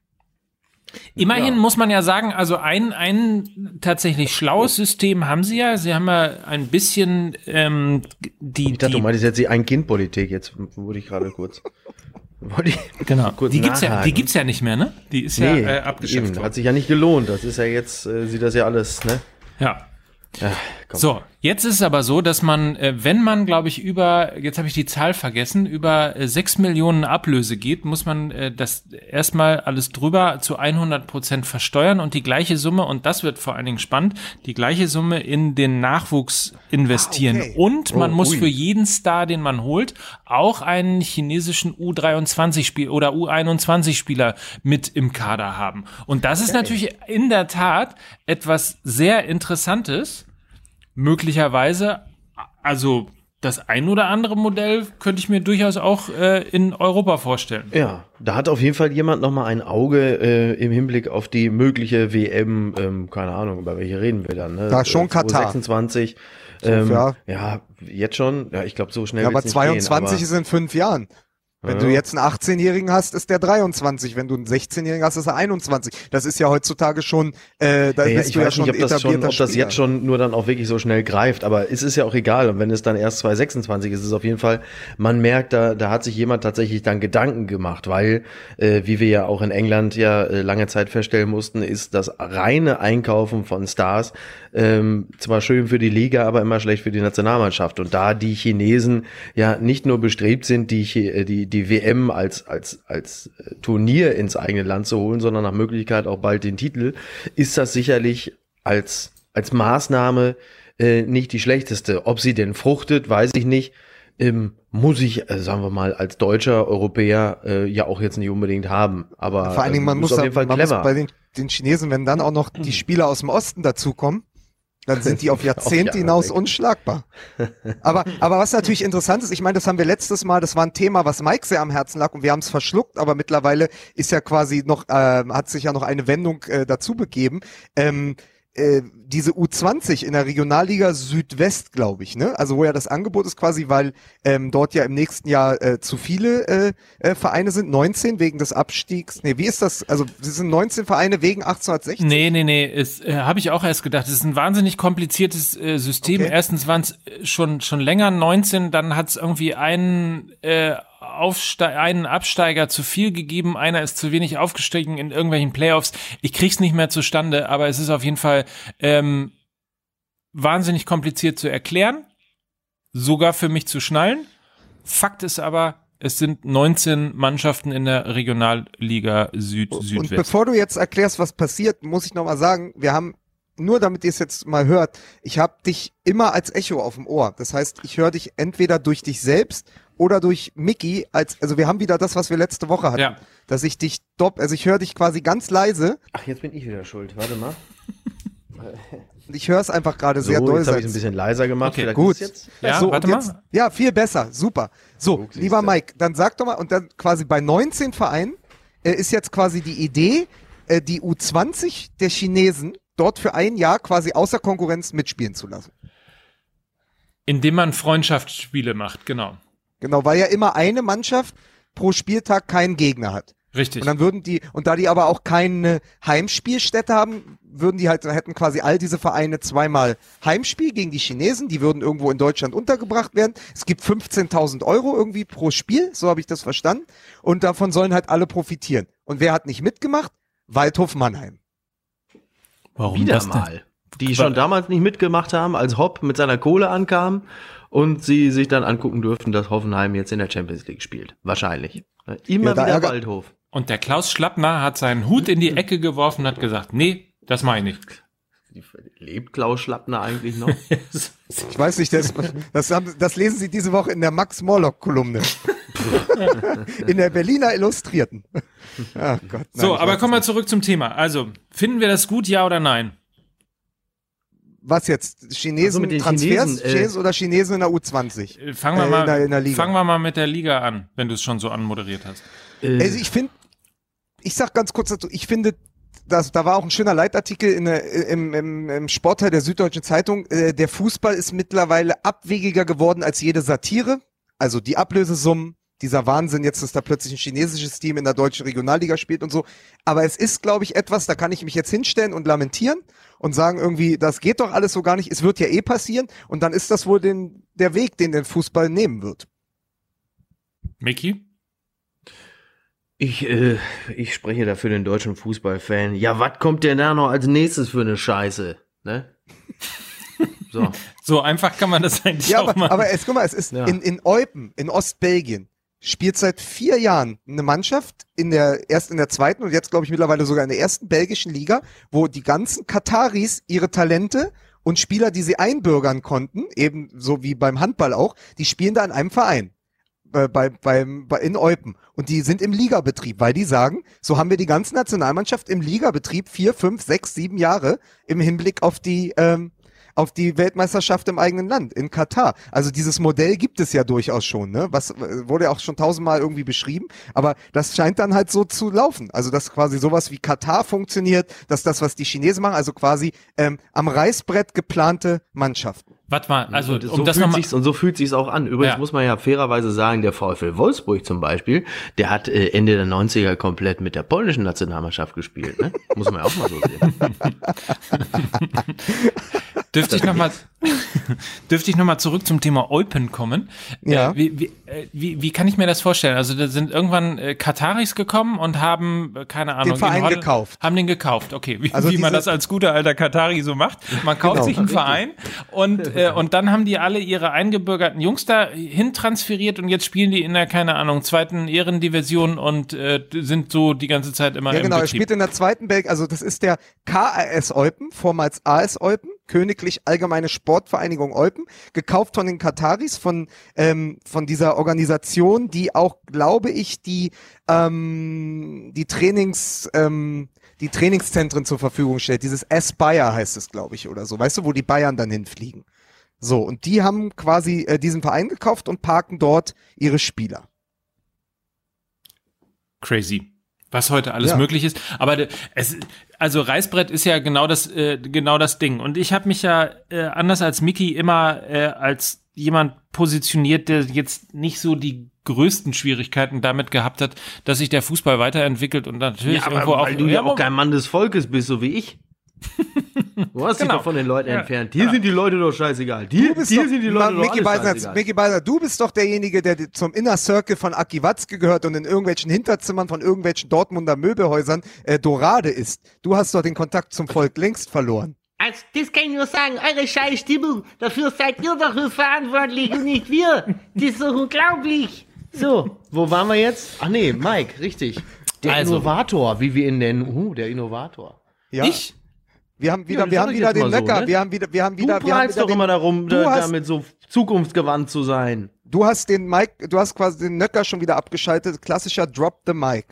Immerhin ja. muss man ja sagen, also ein, ein tatsächlich schlaues System haben sie ja. Sie haben ja ein bisschen ähm, die. Ich dachte, die, du meintest jetzt die Ein-Kind-Politik. Jetzt wurde ich gerade kurz. Wollte ich genau. kurz die gibt's nachhaken. ja, die gibt's ja nicht mehr, ne? Die ist nee, ja äh, abgeschafft worden. Hat sich ja nicht gelohnt. Das ist ja jetzt, äh, sieht das ja alles, ne? Ja. Ja, so, jetzt ist es aber so, dass man, äh, wenn man, glaube ich, über, jetzt habe ich die Zahl vergessen, über äh, sechs Millionen Ablöse geht, muss man äh, das erstmal alles drüber zu hundert Prozent versteuern und die gleiche Summe, und das wird vor allen Dingen spannend, die gleiche Summe in den Nachwuchs investieren. Ah, okay. Und man oh, muss ui. für jeden Star, den man holt, auch einen chinesischen U dreiundzwanzig Spiel oder U einundzwanzig Spieler mit im Kader haben. Und das ist okay. natürlich in der Tat etwas sehr Interessantes. Möglicherweise, also das ein oder andere Modell könnte ich mir durchaus auch äh, in Europa vorstellen. Ja, da hat auf jeden Fall jemand nochmal ein Auge äh, im Hinblick auf die mögliche W M, ähm, keine Ahnung, über welche reden wir dann. Ne? Da schon Katar. sechsundzwanzig Ähm, ja. ja, jetzt schon. Ja, ich glaube, so schnell ja, aber nicht zweiundzwanzig gehen, ist in fünf Jahren. Wenn ja. du jetzt einen achtzehnjährigen hast, ist der dreiundzwanzig. Wenn du einen sechzehnjährigen hast, ist er einundzwanzig. Das ist ja heutzutage schon, äh, da ja, bist ich du weiß ja schon nicht, ob das, schon, ob das jetzt schon nur dann auch wirklich so schnell greift, aber es ist ja auch egal. Und wenn es dann erst zwanzig sechsundzwanzig ist, ist es auf jeden Fall, man merkt, da, da hat sich jemand tatsächlich dann Gedanken gemacht, weil, äh, wie wir ja auch in England ja äh, lange Zeit feststellen mussten, ist das reine Einkaufen von Stars ähm, zwar schön für die Liga, aber immer schlecht für die Nationalmannschaft. Und da die Chinesen ja nicht nur bestrebt sind, die, die, die W M als, als, als Turnier ins eigene Land zu holen, sondern nach Möglichkeit auch bald den Titel, ist das sicherlich als, als Maßnahme äh, nicht die schlechteste. Ob sie denn fruchtet, weiß ich nicht. ähm, muss ich, äh, sagen wir mal, als deutscher Europäer äh, ja auch jetzt nicht unbedingt haben. Aber Vor allen Dingen, man ähm, muss, ist auf da, jeden Fall man muss clever. bei den, den Chinesen, wenn dann auch noch die Spieler aus dem Osten dazukommen, dann sind die auf Jahrzehnte Jahre hinaus weg. unschlagbar. Aber, aber was natürlich interessant ist, ich meine, das haben wir letztes Mal, das war ein Thema, was Mike sehr am Herzen lag und wir haben es verschluckt, aber mittlerweile ist ja quasi noch, äh, hat sich ja noch eine Wendung äh, dazu begeben. Ähm, äh, diese U zwanzig in der Regionalliga Südwest, glaube ich, ne? Also wo ja das Angebot ist quasi, weil ähm, dort ja im nächsten Jahr äh, zu viele äh, äh, Vereine sind, neunzehn wegen des Abstiegs. Nee, wie ist das? Also es sind neunzehn Vereine wegen achtzehnhundertsechzig? Nee, nee, nee, es äh, habe ich auch erst gedacht. Es ist ein wahnsinnig kompliziertes äh, System. Okay. Erstens waren es schon schon länger neunzehn, dann hat es irgendwie einen äh, Aufste- einen Absteiger zu viel gegeben, einer ist zu wenig aufgestiegen in irgendwelchen Playoffs. Ich krieg's nicht mehr zustande, aber es ist auf jeden Fall ähm, wahnsinnig kompliziert zu erklären, sogar für mich zu schnallen. Fakt ist aber, es sind neunzehn Mannschaften in der Regionalliga Süd Und Südwest. bevor du jetzt erklärst, was passiert, muss ich nochmal sagen, wir haben, nur damit ihr es jetzt mal hört, ich habe dich immer als Echo auf dem Ohr. Das heißt, ich höre dich entweder durch dich selbst oder durch Mickey, als, also wir haben wieder das, was wir letzte Woche hatten. Ja. Dass ich dich dopp, also ich höre dich quasi ganz leise Ach, jetzt bin ich wieder schuld. Warte mal. und ich höre es einfach gerade So, sehr doll. jetzt habe ich seit- ein bisschen leiser gemacht. Okay, Vielleicht gut. ist jetzt Ja, so, warte und mal. jetzt, ja, viel besser, super. So, Guck, siehst lieber du. Mike, dann sag doch mal, und dann quasi bei neunzehn Vereinen äh, ist jetzt quasi die Idee, äh, die U zwanzig der Chinesen dort für ein Jahr quasi außer Konkurrenz mitspielen zu lassen. Indem man Freundschaftsspiele macht, genau. Genau, weil ja immer eine Mannschaft pro Spieltag keinen Gegner hat. Richtig. Und dann würden die, und da die aber auch keine Heimspielstätte haben, würden die halt, hätten quasi all diese Vereine zweimal Heimspiel gegen die Chinesen, die würden irgendwo in Deutschland untergebracht werden. Es gibt fünfzehntausend Euro irgendwie pro Spiel, so habe ich das verstanden. Und davon sollen halt alle profitieren. Und wer hat nicht mitgemacht? Waldhof Mannheim. Warum wieder das denn? mal. Die schon damals nicht mitgemacht haben, als Hopp mit seiner Kohle ankam und sie sich dann angucken durften, dass Hoffenheim jetzt in der Champions League spielt. Wahrscheinlich. Immer Ja, da wieder ärger- Waldhof. Und der Klaus Schlappner hat seinen Hut in die Ecke geworfen und hat gesagt, nee, das mache ich nicht. Lebt Klaus Schlappner eigentlich noch? Ich weiß nicht, das, das, haben, das lesen Sie diese Woche in der Max-Morlock-Kolumne. In der Berliner Illustrierten. Ach Gott, nein, So, ich aber weiß kommen wir nicht. zurück zum Thema. Also, finden wir das gut, ja oder nein? Was jetzt? Chinesen, Also mit den Transfers, Chinesen, äh, Chinesen oder Chinesen in der U zwanzig? Äh, Fangen wir Äh, mal, in der- in der Liga. fangen wir mal mit der Liga an, wenn du es schon so anmoderiert hast. Äh, Also ich finde, ich sag ganz kurz dazu, ich finde, das, da war auch ein schöner Leitartikel in der, im, im, im Sportteil der Süddeutschen Zeitung. Äh, der Fußball ist mittlerweile abwegiger geworden als jede Satire. Also die Ablösesummen, dieser Wahnsinn jetzt, dass da plötzlich ein chinesisches Team in der deutschen Regionalliga spielt und so. Aber es ist, glaube ich, etwas, da kann ich mich jetzt hinstellen und lamentieren und sagen irgendwie, das geht doch alles so gar nicht. Es wird ja eh passieren. Und dann ist das wohl den, der Weg, den der Fußball nehmen wird. Micky? Ich, äh, ich spreche da für den deutschen Fußballfan. Ja, was kommt denn da noch als nächstes für eine Scheiße? Ne? So. So einfach kann man das eigentlich Ja, auch aber, machen. aber es, guck mal, es ist Ja. in, in Eupen, in Ostbelgien, spielt seit vier Jahren eine Mannschaft in der, erst in der zweiten und jetzt glaube ich mittlerweile sogar in der ersten belgischen Liga, wo die ganzen Kataris ihre Talente und Spieler, die sie einbürgern konnten, eben so wie beim Handball auch, die spielen da in einem Verein. Bei, bei, beim, bei, in Eupen. Und die sind im Ligabetrieb, weil die sagen, so haben wir die ganze Nationalmannschaft im Ligabetrieb vier, fünf, sechs, sieben Jahre im Hinblick auf die, ähm, auf die Weltmeisterschaft im eigenen Land, in Katar. Also dieses Modell gibt es ja durchaus schon, ne? Was äh, wurde ja auch schon tausendmal irgendwie beschrieben, aber das scheint dann halt so zu laufen. Also dass quasi sowas wie Katar funktioniert, dass das, was die Chinesen machen, also quasi ähm, am Reißbrett geplante Mannschaften. Warte mal, also und, um so das fühlt nochmal. sich's, und so fühlt sich's auch an. Übrigens Ja. muss man ja fairerweise sagen, der VfL Wolfsburg zum Beispiel, der hat äh, Ende der neunziger komplett mit der polnischen Nationalmannschaft gespielt. Ne? Muss man ja auch mal so sehen. Dürfte ich nochmal dürfte ich noch mal zurück zum Thema Eupen kommen? Ja. Äh, wie, wie, äh, wie, wie kann ich mir das vorstellen? Also da sind irgendwann äh, Kataris gekommen und haben, äh, keine Ahnung, Verein in Holland- gekauft. Haben den gekauft, okay. Wie, Also wie man diese- das als guter alter Katari so macht. Man kauft Genau. sich einen Verein und, äh, und dann haben die alle ihre eingebürgerten Jungs da hin transferiert und jetzt spielen die in der, keine Ahnung, zweiten Ehrendivision und äh, sind so die ganze Zeit immer Ja, im genau, er Betrieb. spielt in der zweiten Belgien, also das ist der K A S Eupen, vormals A S Eupen. Königlich Allgemeine Sportvereinigung Eupen, gekauft von den Kataris, von ähm, von dieser Organisation, die auch, glaube ich, die ähm, die Trainings ähm, die Trainingszentren zur Verfügung stellt. Dieses Aspire heißt es, glaube ich, oder so. Weißt du, wo die Bayern dann hinfliegen? So, und die haben quasi äh, diesen Verein gekauft und parken dort ihre Spieler. Crazy. Was heute alles Ja. möglich ist. Aber es, also Reißbrett ist ja genau das, äh, genau das Ding. Und ich habe mich ja äh, anders als Micky immer äh, als jemand positioniert, der jetzt nicht so die größten Schwierigkeiten damit gehabt hat, dass sich der Fußball weiterentwickelt und natürlich Ja, aber irgendwo weil auch. du ja aber- auch kein Mann des Volkes bist, so wie ich. Du hast dich Genau. doch von den Leuten Ja. entfernt. Hier sind die Leute doch scheißegal. Dir, Du bist dir doch, sind die Ma- Leute doch Micky alles Beiser, scheißegal. Micky Beiser, du bist doch derjenige, der zum Inner Circle von Aki Watzke gehört und in irgendwelchen Hinterzimmern von irgendwelchen Dortmunder Möbelhäusern äh, Dorade isst. Du hast doch den Kontakt zum Volk längst verloren. Also, das kann ich nur sagen, eure scheiß Stimmung, dafür seid ihr doch verantwortlich und nicht wir. Das ist doch unglaublich. So, wo waren wir jetzt? Ach nee, Mike, richtig. Der Also. Innovator, wie wir ihn nennen. Uh, der Innovator. Ja? Ich? Wir haben wieder, Ja, das wir sag haben ich wieder jetzt den mal so, Nöcker, ne? wir haben wieder, wir haben Du wieder, wir haben prahlst wieder doch den, immer darum, du da, hast, damit so zukunftsgewandt zu sein. du hast den Mike, du hast quasi den Nöcker schon wieder abgeschaltet. Klassischer Drop the Mic.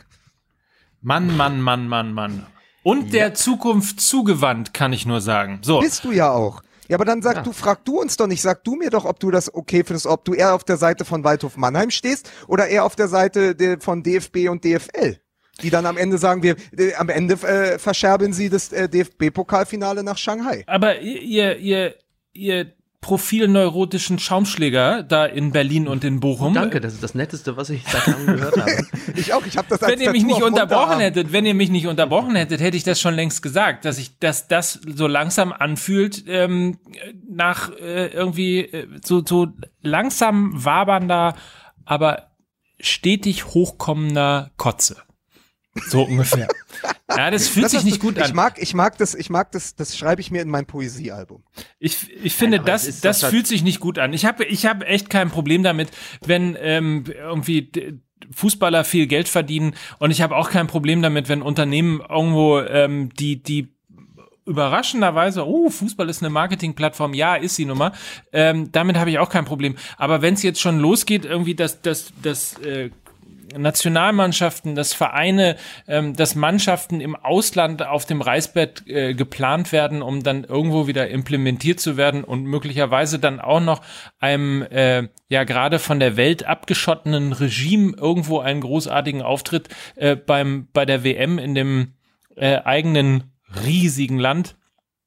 Mann, Mann, Mann, Mann, Mann. Und der Zukunft zugewandt, kann ich nur sagen. So. Bist du ja auch. Ja, aber dann sag du, frag du uns doch nicht, sag du mir doch, ob du das okay findest, ob du eher auf der Seite von Waldhof Mannheim stehst oder eher auf der Seite de, von D F B und D F L. Die dann am Ende sagen, wir, äh, am Ende äh, verscherbeln sie das äh, D F B-Pokalfinale nach Shanghai. Aber ihr, ihr, ihr, ihr profilneurotischen Schaumschläger da in Berlin und in Bochum. Danke, das ist das Netteste, was ich seit langem gehört habe. Ich auch, ich habe das als Wenn ihr mich Tattoo nicht auf dem unterbrochen Unterarm. hättet, wenn ihr mich nicht unterbrochen hättet, hätte ich das schon längst gesagt, dass ich, dass das so langsam anfühlt, ähm, nach äh, irgendwie äh, so, so langsam wabernder, aber stetig hochkommender Kotze. So ungefähr. Ja, das fühlt Das sich hast nicht du- gut an. Ich mag, ich mag das, ich mag das, das schreibe ich mir in mein Poesiealbum. Ich, ich finde, aber das, es ist das doch halt- fühlt sich nicht gut an. Ich habe ich hab echt kein Problem damit, wenn ähm, irgendwie d- Fußballer viel Geld verdienen, und ich habe auch kein Problem damit, wenn Unternehmen irgendwo ähm, die die überraschenderweise, oh, Fußball ist eine Marketingplattform, ja, ist sie nun mal. Ähm, damit habe ich auch kein Problem. Aber wenn es jetzt schon losgeht, irgendwie, dass das das äh, Nationalmannschaften, dass Vereine, ähm, dass Mannschaften im Ausland auf dem Reißbrett äh, geplant werden, um dann irgendwo wieder implementiert zu werden und möglicherweise dann auch noch einem äh, ja gerade von der Welt abgeschottenen Regime irgendwo einen großartigen Auftritt äh, beim bei der W M in dem äh, eigenen riesigen Land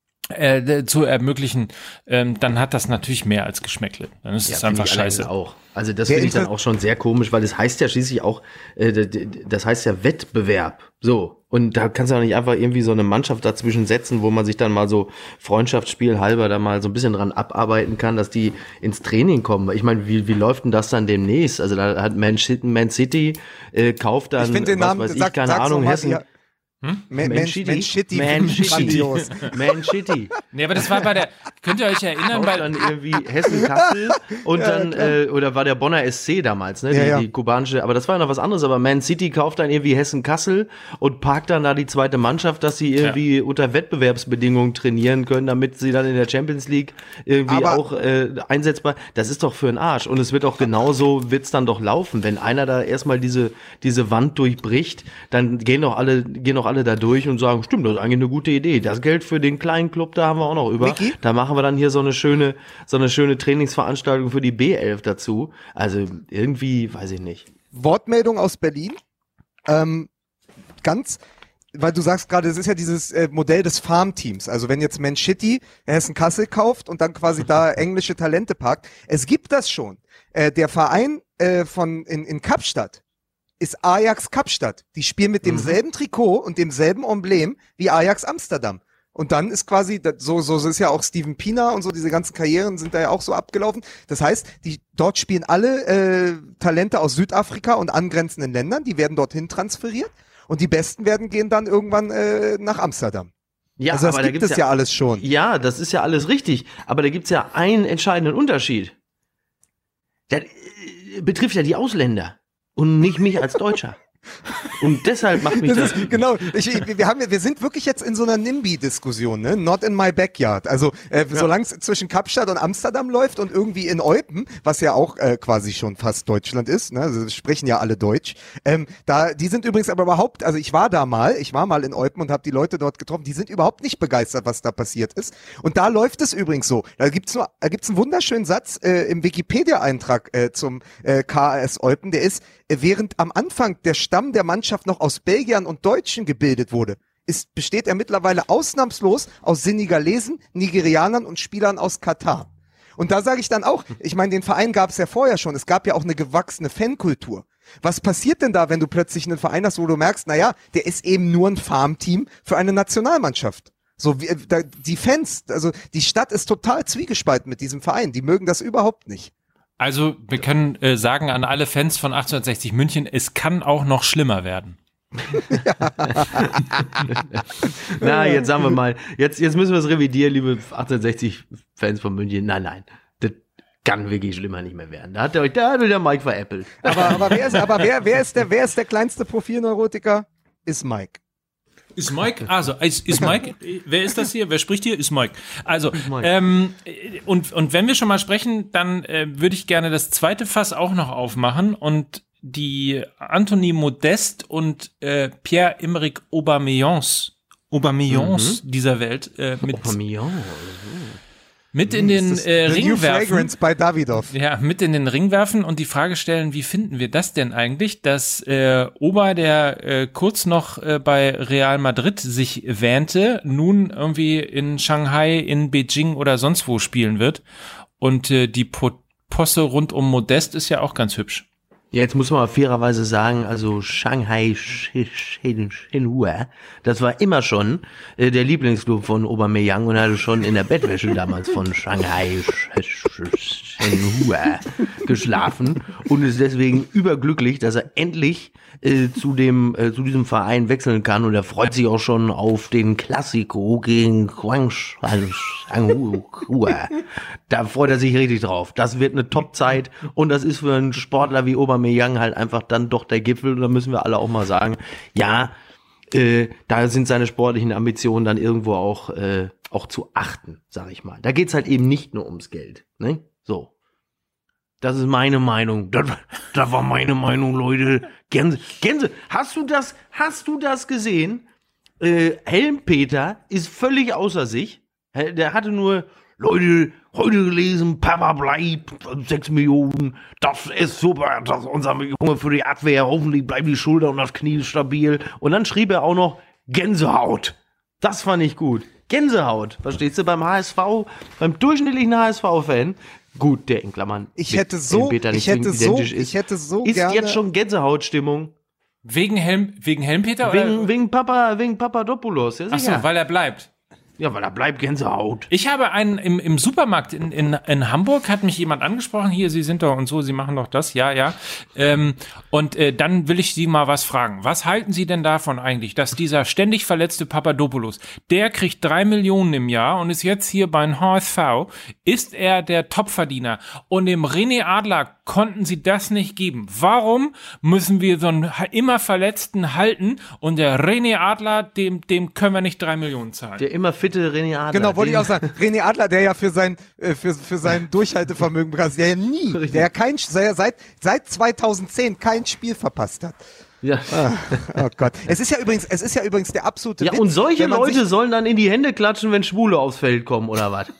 äh, zu ermöglichen, ähm, dann hat das natürlich mehr als Geschmäckle. Dann ist es Ja, einfach find ich scheiße. allerdings auch. Also das Der finde ich dann Inter- auch schon sehr komisch, weil das heißt ja schließlich auch, äh, d- d- das heißt ja Wettbewerb. So. Und da kannst du auch nicht einfach irgendwie so eine Mannschaft dazwischen setzen, wo man sich dann mal so Freundschaftsspiel halber da mal so ein bisschen dran abarbeiten kann, dass die ins Training kommen. Ich meine, wie, wie läuft denn das dann demnächst? Also da hat Man City, Man City äh, kauft dann, Ich finde den was Namen, weiß ich, sag, keine sag's Ahnung, noch mal, Hessen. ja. Man, Man, Man Shitty, Man Shitty. grandios. Man Shitty. Nee, aber das war bei der, könnt ihr euch erinnern, Kauft bei, dann irgendwie Hessen-Kassel und dann, äh, oder war der Bonner S C damals, ne? Ja, die, ja. die kubanische, aber das war ja noch was anderes, aber Man City kauft dann irgendwie Hessen-Kassel und parkt dann da die zweite Mannschaft, dass sie irgendwie unter Wettbewerbsbedingungen trainieren können, damit sie dann in der Champions League irgendwie Aber- auch äh, einsetzbar, das ist doch für den Arsch. Und es wird auch genauso, wird's dann doch laufen. Wenn einer da erstmal diese, diese Wand durchbricht, dann gehen doch alle, gehen doch alle da durch und sagen, stimmt, das ist eigentlich eine gute Idee. Das Geld für den kleinen Club, da haben wir auch noch über. Micky? Da machen wir dann hier so eine schöne, so eine schöne Trainingsveranstaltung für die B elf dazu. Also irgendwie, weiß ich nicht. Wortmeldung aus Berlin. Ähm, ganz, weil du sagst gerade, es ist ja dieses äh, Modell des Farmteams. Also wenn jetzt Man City Hessen-Kassel kauft und dann quasi da englische Talente parkt. Es gibt das schon. Äh, der Verein äh, von in, in Kapstadt ist Ajax Kapstadt. Die spielen mit demselben Trikot und demselben Emblem wie Ajax Amsterdam. Und dann ist quasi, das- so, so ist ja auch Steven Pienaar und so, diese ganzen Karrieren sind da ja auch so abgelaufen. Das heißt, die, dort spielen alle äh, Talente aus Südafrika und angrenzenden Ländern, die werden dorthin transferiert und die Besten werden gehen dann irgendwann äh, nach Amsterdam. Ja, also das aber da gibt gibt's es ja, alles schon. Ja, das ist ja alles richtig. Aber da gibt's ja einen entscheidenden Unterschied. Das äh, betrifft ja die Ausländer und nicht mich als Deutscher. Und deshalb macht mich das... das ist, genau, ich, wir, haben, wir sind wirklich jetzt in so einer NIMBY-Diskussion, ne? Not in my backyard. Also äh, ja. solange es zwischen Kapstadt und Amsterdam läuft und irgendwie in Eupen, was ja auch äh, quasi schon fast Deutschland ist, ne? Also sprechen ja alle Deutsch. Ähm, da, die sind übrigens aber überhaupt, also ich war da mal, ich war mal in Eupen und habe die Leute dort getroffen, die sind überhaupt nicht begeistert, was da passiert ist. Und da läuft es übrigens so. Da gibt's nur, da gibt's einen wunderschönen Satz äh, im Wikipedia-Eintrag äh, zum äh, K A S Eupen, der ist, äh, während am Anfang der Stamm der Mannschaft noch aus Belgiern und Deutschen gebildet wurde, ist, besteht er mittlerweile ausnahmslos aus Senegalesen, Nigerianern und Spielern aus Katar. Und da sage ich dann auch, ich meine, den Verein gab es ja vorher schon, es gab ja auch eine gewachsene Fankultur. Was passiert denn da, wenn du plötzlich einen Verein hast, wo du merkst, naja, der ist eben nur ein Farmteam für eine Nationalmannschaft? So, wie, da, die Fans, also die Stadt ist total zwiegespalten mit diesem Verein, die mögen das überhaupt nicht. Also wir können äh, sagen an alle Fans von achtzehnhundertsechzig München, es kann auch noch schlimmer werden. Na, jetzt sagen wir mal, jetzt, jetzt müssen wir es revidieren, liebe achtzehnhundertsechzig Fans von München. Nein, nein, das kann wirklich schlimmer nicht mehr werden. Da hat euch, da hat euch der Mike veräppelt. Aber, aber, wer, ist, aber wer, wer, ist der, wer ist der kleinste Profilneurotiker? Ist Mike. Ist Mike? Also, ist, ist Mike? Wer ist das hier? Wer spricht hier? Ist Mike. Also, Mike. Ähm, und, und wenn wir schon mal sprechen, dann äh, würde ich gerne das zweite Fass auch noch aufmachen und die Anthony Modeste und äh, Pierre-Emerick Aubameyans, Aubameyans mhm. dieser Welt äh, mit, Aubameyang. mit in den das äh, the Ring new werfen. Fragrance bei Davidoff. Ja, mit in den Ring werfen und die Frage stellen, wie finden wir das denn eigentlich, dass äh, Ober, der äh, kurz noch äh, bei Real Madrid sich wähnte, nun irgendwie in Shanghai, in Beijing oder sonst wo spielen wird und äh, die po- Posse rund um Modest ist ja auch ganz hübsch. Ja, jetzt muss man mal fairerweise sagen, also Shanghai Shenhua, das war immer schon äh, der Lieblingsclub von Aubameyang und hatte schon in der Bettwäsche damals von Shanghai Shenhua geschlafen und ist deswegen überglücklich, dass er endlich äh, zu dem äh, zu diesem Verein wechseln kann und er freut sich auch schon auf den Klassiko gegen Guangzhou. Da freut er sich richtig drauf. Das wird eine Top-Zeit und das ist für einen Sportler wie Aubameyang halt einfach dann doch der Gipfel und da müssen wir alle auch mal sagen, ja, äh, da sind seine sportlichen Ambitionen dann irgendwo auch äh, auch zu achten, sag ich mal. Da geht's halt eben nicht nur ums Geld, ne? So. Das ist meine Meinung. Das, das war meine Meinung, Leute. Gänse, Gänse, hast du das, hast du das gesehen? Äh, Helmpeter ist völlig außer sich. Der hatte nur, Leute, heute gelesen, Papa bleibt, sechs Millionen, das ist super, das ist unser Junge für die Abwehr, hoffentlich bleiben die Schulter und das Knie stabil. Und dann schrieb er auch noch Gänsehaut. Das fand ich gut. Gänsehaut, verstehst du, beim H S V, beim durchschnittlichen H S V-Fan, gut, der in Klammern ich hätte so, Peter nicht ich hätte so, identisch ist, ich hätte so ist gerne, jetzt schon Gänsehautstimmung. Wegen Helm, wegen Helmpeter? Wegen, oder? wegen Papa, wegen Papadopoulos, ja Ach sicher. so, weil er bleibt. Ja, weil da bleibt Gänsehaut. Ich habe einen im, im Supermarkt in, in, in Hamburg, hat mich jemand angesprochen, hier, Sie sind doch und so, Sie machen doch das, ja, ja. Ähm, und äh, dann will ich Sie mal was fragen. Was halten Sie denn davon eigentlich, dass dieser ständig verletzte Papadopoulos, der kriegt drei Millionen im Jahr und ist jetzt hier beim H S V, ist er der Topverdiener und dem René Adler konnten Sie das nicht geben. Warum müssen wir so einen immer Verletzten halten und der René Adler, dem, dem können wir nicht drei Millionen zahlen? Der immer fitte René Adler. Genau, wollte den, ich auch sagen. René Adler, der ja für sein, äh, für, für sein Durchhaltevermögen bekannt ist, der ja nie, Richtig. der ja kein, seit, seit zweitausendzehn kein Spiel verpasst hat. Ja. Ah, oh Gott. Es ist ja übrigens, es ist ja übrigens der absolute Ja, Witz, und solche wenn man Leute sich, sollen dann in die Hände klatschen, wenn Schwule aufs Feld kommen, oder was?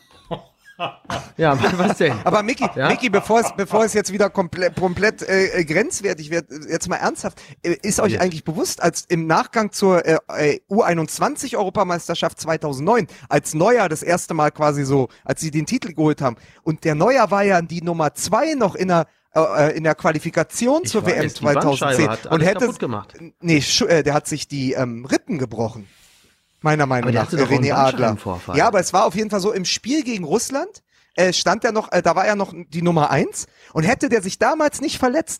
Ja, was denn? Aber Micky, Ja? Micky, bevor es, bevor es jetzt wieder komplett, komplett äh, grenzwertig wird, jetzt mal ernsthaft, äh, ist euch Ja. eigentlich bewusst, als im Nachgang zur äh, U einundzwanzig Europameisterschaft zweitausendneun, als Neuer das erste Mal quasi so, als sie den Titel geholt haben, und der Neuer war ja die Nummer zwei noch in der äh, in der Qualifikation Ich zur W M weiß, die Bandscheibe zweitausendzehn hat und alles hätte kaputt gemacht. nee, Schu- äh, der hat sich die ähm, Rippen gebrochen. Meiner Meinung Aber der nach, hatte doch auch René einen Adler. Bandscheibenvorfall. Ja, aber es war auf jeden Fall so, im Spiel gegen Russland äh, stand er noch, äh, da war er noch die Nummer eins und hätte der sich damals nicht verletzt,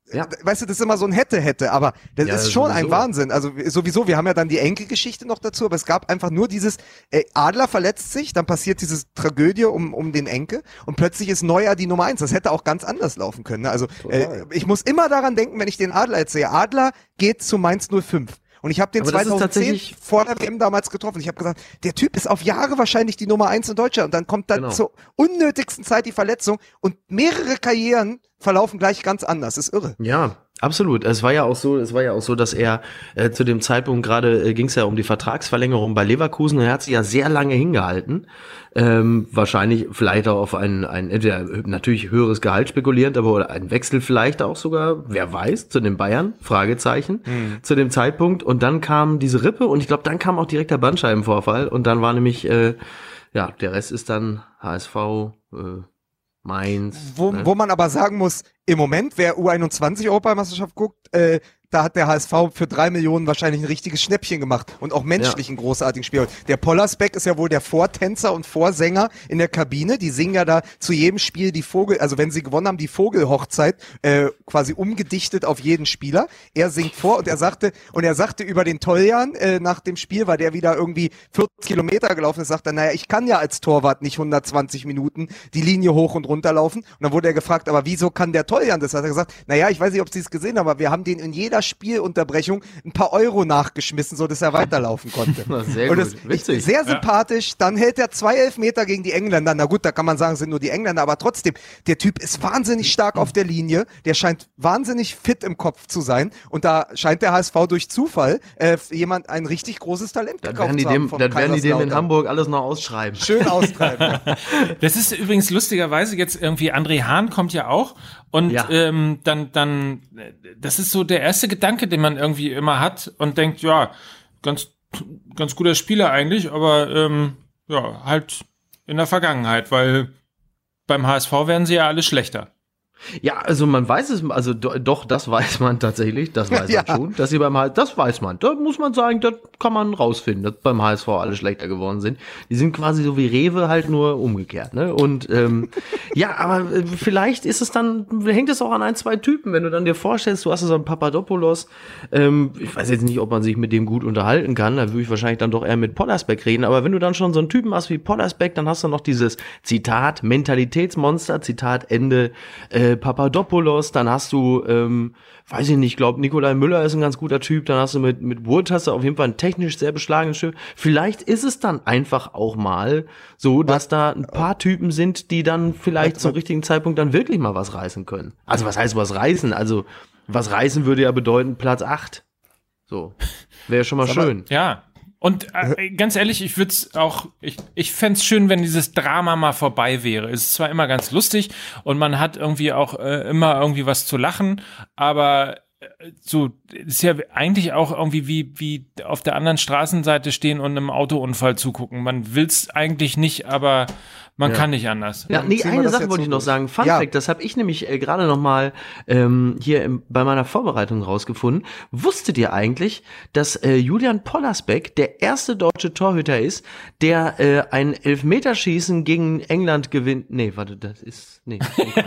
Ja. Weißt du, das ist immer so ein hätte, hätte, aber das Ja, ist schon sowieso. ein Wahnsinn. Also sowieso, wir haben ja dann die Enkelgeschichte noch dazu, aber es gab einfach nur dieses, äh, Adler verletzt sich, dann passiert diese Tragödie um, um den Enkel und plötzlich ist Neuer die Nummer eins. Das hätte auch ganz anders laufen können. Ne? Also äh, ich muss immer daran denken, wenn ich den Adler jetzt sehe. Adler geht zu Mainz null fünf. Und ich habe den Aber das ist zweitausendzehn tatsächlich- vor der W M damals getroffen. Ich habe gesagt, der Typ ist auf Jahre wahrscheinlich die Nummer eins in Deutschland. Und dann kommt dann Genau. zur unnötigsten Zeit die Verletzung und mehrere Karrieren verlaufen gleich ganz anders. Das ist irre. Ja, absolut. Es war ja auch so, es war ja auch so, dass er äh, zu dem Zeitpunkt gerade äh, ging es ja um die Vertragsverlängerung bei Leverkusen und er hat sich ja sehr lange hingehalten. Ähm, wahrscheinlich vielleicht auch auf ein, ein entweder natürlich höheres Gehalt spekulierend, aber oder einen Wechsel vielleicht auch sogar, wer weiß, zu den Bayern, Fragezeichen, Mhm. zu dem Zeitpunkt. Und dann kam diese Rippe und ich glaube, dann kam auch direkt der Bandscheibenvorfall und dann war nämlich, äh, ja, der Rest ist dann H S V, äh, Mainz. Wo, ne? wo man aber sagen muss, im Moment, wer U einundzwanzig Europameisterschaft guckt, äh, da hat der H S V für drei Millionen wahrscheinlich ein richtiges Schnäppchen gemacht und auch menschlich einen großartigen Spieler. Der Pollersbeck ist ja wohl der Vortänzer und Vorsänger in der Kabine. Die singen ja da zu jedem Spiel die Vogel, also wenn sie gewonnen haben, die Vogelhochzeit, äh, quasi umgedichtet auf jeden Spieler. Er singt vor und er sagte, und er sagte über den Toljan, äh, nach dem Spiel, weil der wieder irgendwie vierzig Kilometer gelaufen ist, sagt er, naja, ich kann ja als Torwart nicht hundertzwanzig Minuten die Linie hoch und runter laufen. Und dann wurde er gefragt, aber wieso kann der Toljan das? Hat er gesagt, naja, ich weiß nicht, ob Sie es gesehen haben, aber wir haben den in jeder Spielunterbrechung ein paar Euro nachgeschmissen, so dass er weiterlaufen konnte. Na, sehr und gut. das, Witzig. ich, sehr sympathisch. Dann hält er zwei Elfmeter gegen die Engländer. Na gut, da kann man sagen, es sind nur die Engländer, aber trotzdem, der Typ ist wahnsinnig stark auf der Linie. Der scheint wahnsinnig fit im Kopf zu sein. Und da scheint der H S V durch Zufall äh, jemand ein richtig großes Talent Dann gekauft werden die zu haben dem, vom dann werden die dem in Kaiserslautern. Hamburg alles noch ausschreiben. Schön austreiben. Ja. Das ist übrigens lustigerweise jetzt irgendwie, André Hahn kommt ja auch und Ja. ähm, dann, dann, äh, das ist so der erste Gedanke, den man irgendwie immer hat und denkt, ja, ganz, ganz guter Spieler eigentlich, aber ähm, ja, halt in der Vergangenheit, weil beim H S V werden sie ja alle schlechter. Ja, also man weiß es, also do, doch, das weiß man tatsächlich, das weiß Ja. man schon, dass sie beim H S V, das weiß man, da muss man sagen, das kann man rausfinden, dass beim H S V alle schlechter geworden sind. Die sind quasi so wie Rewe, halt nur umgekehrt, ne? Und ähm, ja, aber äh, vielleicht ist es dann, hängt es auch an ein, zwei Typen, wenn du dann dir vorstellst, du hast so einen Papadopoulos, ähm, ich weiß jetzt nicht, ob man sich mit dem gut unterhalten kann, da würde ich wahrscheinlich dann doch eher mit Pollersbeck reden, aber wenn du dann schon so einen Typen hast wie Pollersbeck, dann hast du noch dieses Zitat, Mentalitätsmonster, Zitat Ende, äh, Papadopoulos, dann hast du, ähm, weiß ich nicht, ich glaube, Nikolai Müller ist ein ganz guter Typ, dann hast du mit, mit Wood hast du auf jeden Fall einen technisch sehr beschlagenen Schiff. Vielleicht ist es dann einfach auch mal so, dass da ein paar Typen sind, die dann vielleicht zum richtigen Zeitpunkt dann wirklich mal was reißen können. Also was heißt was reißen? Also was reißen würde ja bedeuten Platz acht. So, wäre schon mal Sag mal, schön. Ja. Und äh, ganz ehrlich, ich würde es auch, ich, ich fänd's schön, wenn dieses Drama mal vorbei wäre. Es ist zwar immer ganz lustig und man hat irgendwie auch äh, immer irgendwie was zu lachen, aber äh, so ist ja eigentlich auch irgendwie wie, wie auf der anderen Straßenseite stehen und einem Autounfall zugucken. Man will's eigentlich nicht, aber man Ja. kann nicht anders. Ja, nee, ziehen wir eine das Sache jetzt wollte so ich noch durch. sagen. Fun Ja. Fact, das habe ich nämlich äh, gerade noch mal ähm, hier im, bei meiner Vorbereitung rausgefunden. Wusstet ihr eigentlich, dass äh, Julian Pollersbeck der erste deutsche Torhüter ist, der äh, ein Elfmeterschießen gegen England gewinnt? Nee, warte, das ist... Nee,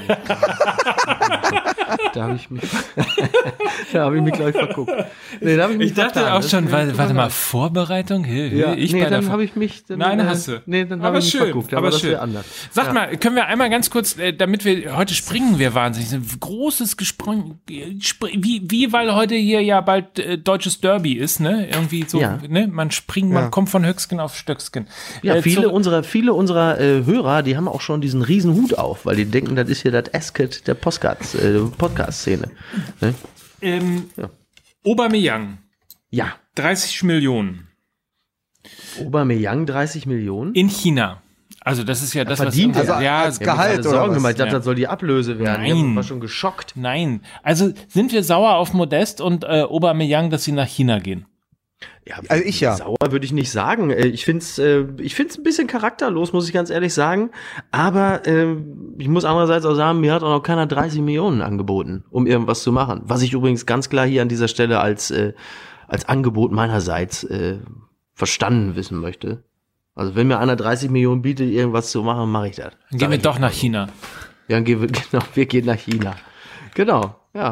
da habe ich mich... da habe ich mich, glaube ich, verguckt. Nee, da hab ich mich Ich dachte vertan. auch Das schon, ist mir warte, warte mal, überraschend. Vorbereitung? Hä, hä, Ja, ich nee, bei der dann Vor- habe ich mich... Dann, Nein, äh, hast du. Nee, dann habe Aber ich mich schön, verguckt. aber Aber das schön. wäre anders. Sag Ja. mal, können wir einmal ganz kurz, äh, damit wir, heute springen wir wahnsinnig, ein großes Gesprung, spr- wie, wie, weil heute hier ja bald äh, deutsches Derby ist, ne, irgendwie so, Ja. ne, man springt, man Ja. kommt von Höchstgen auf Stöcksken. Ja, Äh, viele zu- unserer, viele unserer äh, Hörer, die haben auch schon diesen riesen Hut auf, weil die denken, das ist hier das Asket der Podcast, äh, Podcast-Szene. Ne? ähm, Aubameyang, Ja, dreißig Millionen Aubameyang dreißig Millionen. in China. Also das ist ja das, verdient was, er? Also ja, als Ich hab mir Gehalt gerade oder Sorgen was? gemacht, ich dachte, Ja. das soll die Ablöse werden. Nein. Ich war schon geschockt. nein. Also sind wir sauer auf Modest und äh, Aubameyang, dass sie nach China gehen? Ja, Also ich ja. Sauer würde ich nicht sagen. Äh, Ich finde es äh, ich find's ein bisschen charakterlos, muss ich ganz ehrlich sagen. Aber äh, ich muss andererseits auch sagen, mir hat auch noch keiner dreißig Millionen angeboten, um irgendwas zu machen. Was ich übrigens ganz klar hier an dieser Stelle als, äh, als Angebot meinerseits äh, verstanden wissen möchte. Also wenn mir einer dreißig Millionen bietet, irgendwas zu machen, mache ich das. Dann Sag gehen wir ich doch jetzt nach mal so. China. Ja, dann gehen wir, genau, wir gehen nach China. Genau, ja.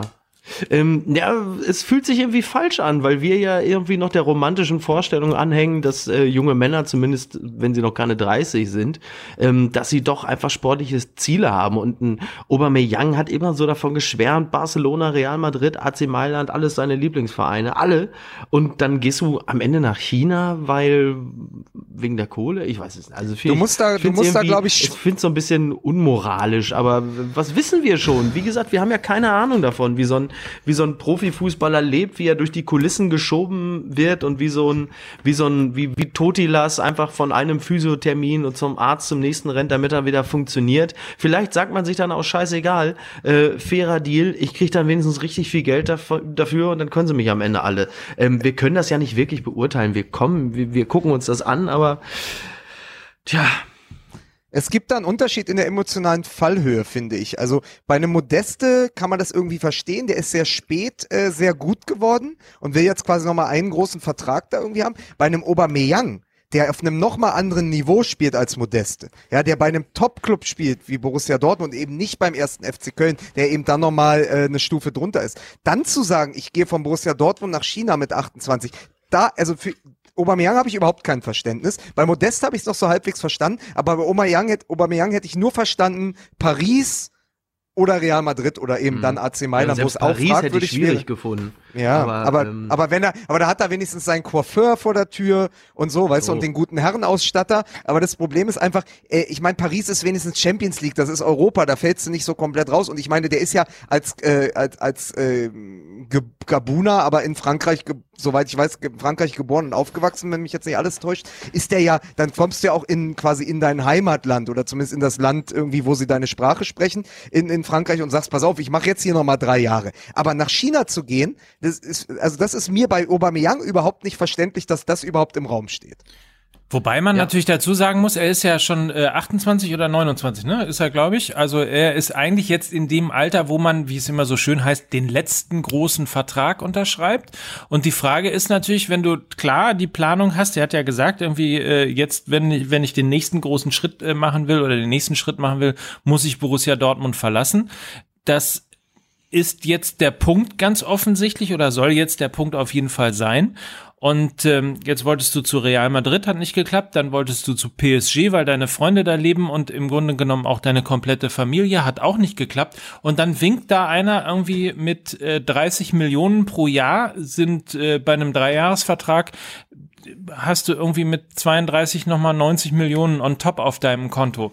Ähm, ja, es fühlt sich irgendwie falsch an, weil wir ja irgendwie noch der romantischen Vorstellung anhängen, dass äh, junge Männer, zumindest wenn sie noch keine dreißig sind, ähm, dass sie doch einfach sportliche Ziele haben. Und ein Aubameyang hat immer so davon geschwärmt, Barcelona, Real Madrid, A C Mailand, alles seine Lieblingsvereine, alle. Und dann gehst du am Ende nach China, weil wegen der Kohle, ich weiß es nicht. Also du musst da, du musst da, glaube ich, ich finde es so ein bisschen unmoralisch, aber was wissen wir schon? Wie gesagt, wir haben ja keine Ahnung davon, wie so ein wie so ein Profifußballer lebt, wie er durch die Kulissen geschoben wird und wie so ein, wie so ein, wie, wie Totilas einfach von einem Physiothermin und zum Arzt zum nächsten rennt, damit er wieder funktioniert. Vielleicht sagt man sich dann auch scheißegal, äh, fairer Deal, ich krieg dann wenigstens richtig viel Geld dafür, dafür und dann können sie mich am Ende alle. Ähm, wir können das ja nicht wirklich beurteilen. Wir kommen, wir, wir gucken uns das an, aber tja. Es gibt da einen Unterschied in der emotionalen Fallhöhe, finde ich. Also bei einem Modeste kann man das irgendwie verstehen. Der ist sehr spät äh, sehr gut geworden und will jetzt quasi nochmal einen großen Vertrag da irgendwie haben. Bei einem Aubameyang, der auf einem nochmal anderen Niveau spielt als Modeste, ja, der bei einem Top-Club spielt, wie Borussia Dortmund, eben nicht beim ersten F C Köln, der eben dann nochmal äh, eine Stufe drunter ist. Dann zu sagen, ich gehe von Borussia Dortmund nach China mit achtundzwanzig, da, also für Aubameyang habe ich überhaupt kein Verständnis. Bei Modest habe ich es noch so halbwegs verstanden, aber bei Aubameyang, hätt, Aubameyang hätte ich nur verstanden, Paris oder Real Madrid oder eben mhm. dann A C Mailand, ja, wo es auch Paris hätte ich schwierig wäre. gefunden. Ja, aber, aber, ähm, aber wenn er, aber da hat er wenigstens seinen Coiffeur vor der Tür und so, weißt so. du, und den guten Herrenausstatter. Aber das Problem ist einfach, äh, ich meine, Paris ist wenigstens Champions League, das ist Europa, da fällst du nicht so komplett raus. Und ich meine, der ist ja als, äh, als, als äh, Gabuner, aber in Frankreich, ge- soweit ich weiß, in Frankreich geboren und aufgewachsen, wenn mich jetzt nicht alles täuscht, ist der ja, dann kommst du ja auch in quasi in dein Heimatland oder zumindest in das Land irgendwie, wo sie deine Sprache sprechen, in, in Frankreich und sagst, pass auf, ich mache jetzt hier nochmal drei Jahre. Aber nach China zu gehen, das ist, also das ist mir bei Aubameyang überhaupt nicht verständlich, dass das überhaupt im Raum steht. Wobei man Ja. natürlich dazu sagen muss, er ist ja schon äh, achtundzwanzig oder neunundzwanzig, ne? Ist er, glaube ich. Also er ist eigentlich jetzt in dem Alter, wo man, wie es immer so schön heißt, den letzten großen Vertrag unterschreibt. Und die Frage ist natürlich, wenn du klar die Planung hast, er hat ja gesagt, irgendwie äh, jetzt, wenn ich, wenn ich den nächsten großen Schritt äh, machen will oder den nächsten Schritt machen will, muss ich Borussia Dortmund verlassen. Das ist jetzt der Punkt ganz offensichtlich oder soll jetzt der Punkt auf jeden Fall sein. Und ähm, jetzt wolltest du zu Real Madrid, hat nicht geklappt, dann wolltest du zu P S G, weil deine Freunde da leben und im Grunde genommen auch deine komplette Familie, hat auch nicht geklappt. Und dann winkt da einer irgendwie mit äh, dreißig Millionen pro Jahr, sind äh, bei einem Dreijahresvertrag, hast du irgendwie mit zweiunddreißig nochmal neunzig Millionen on top auf deinem Konto.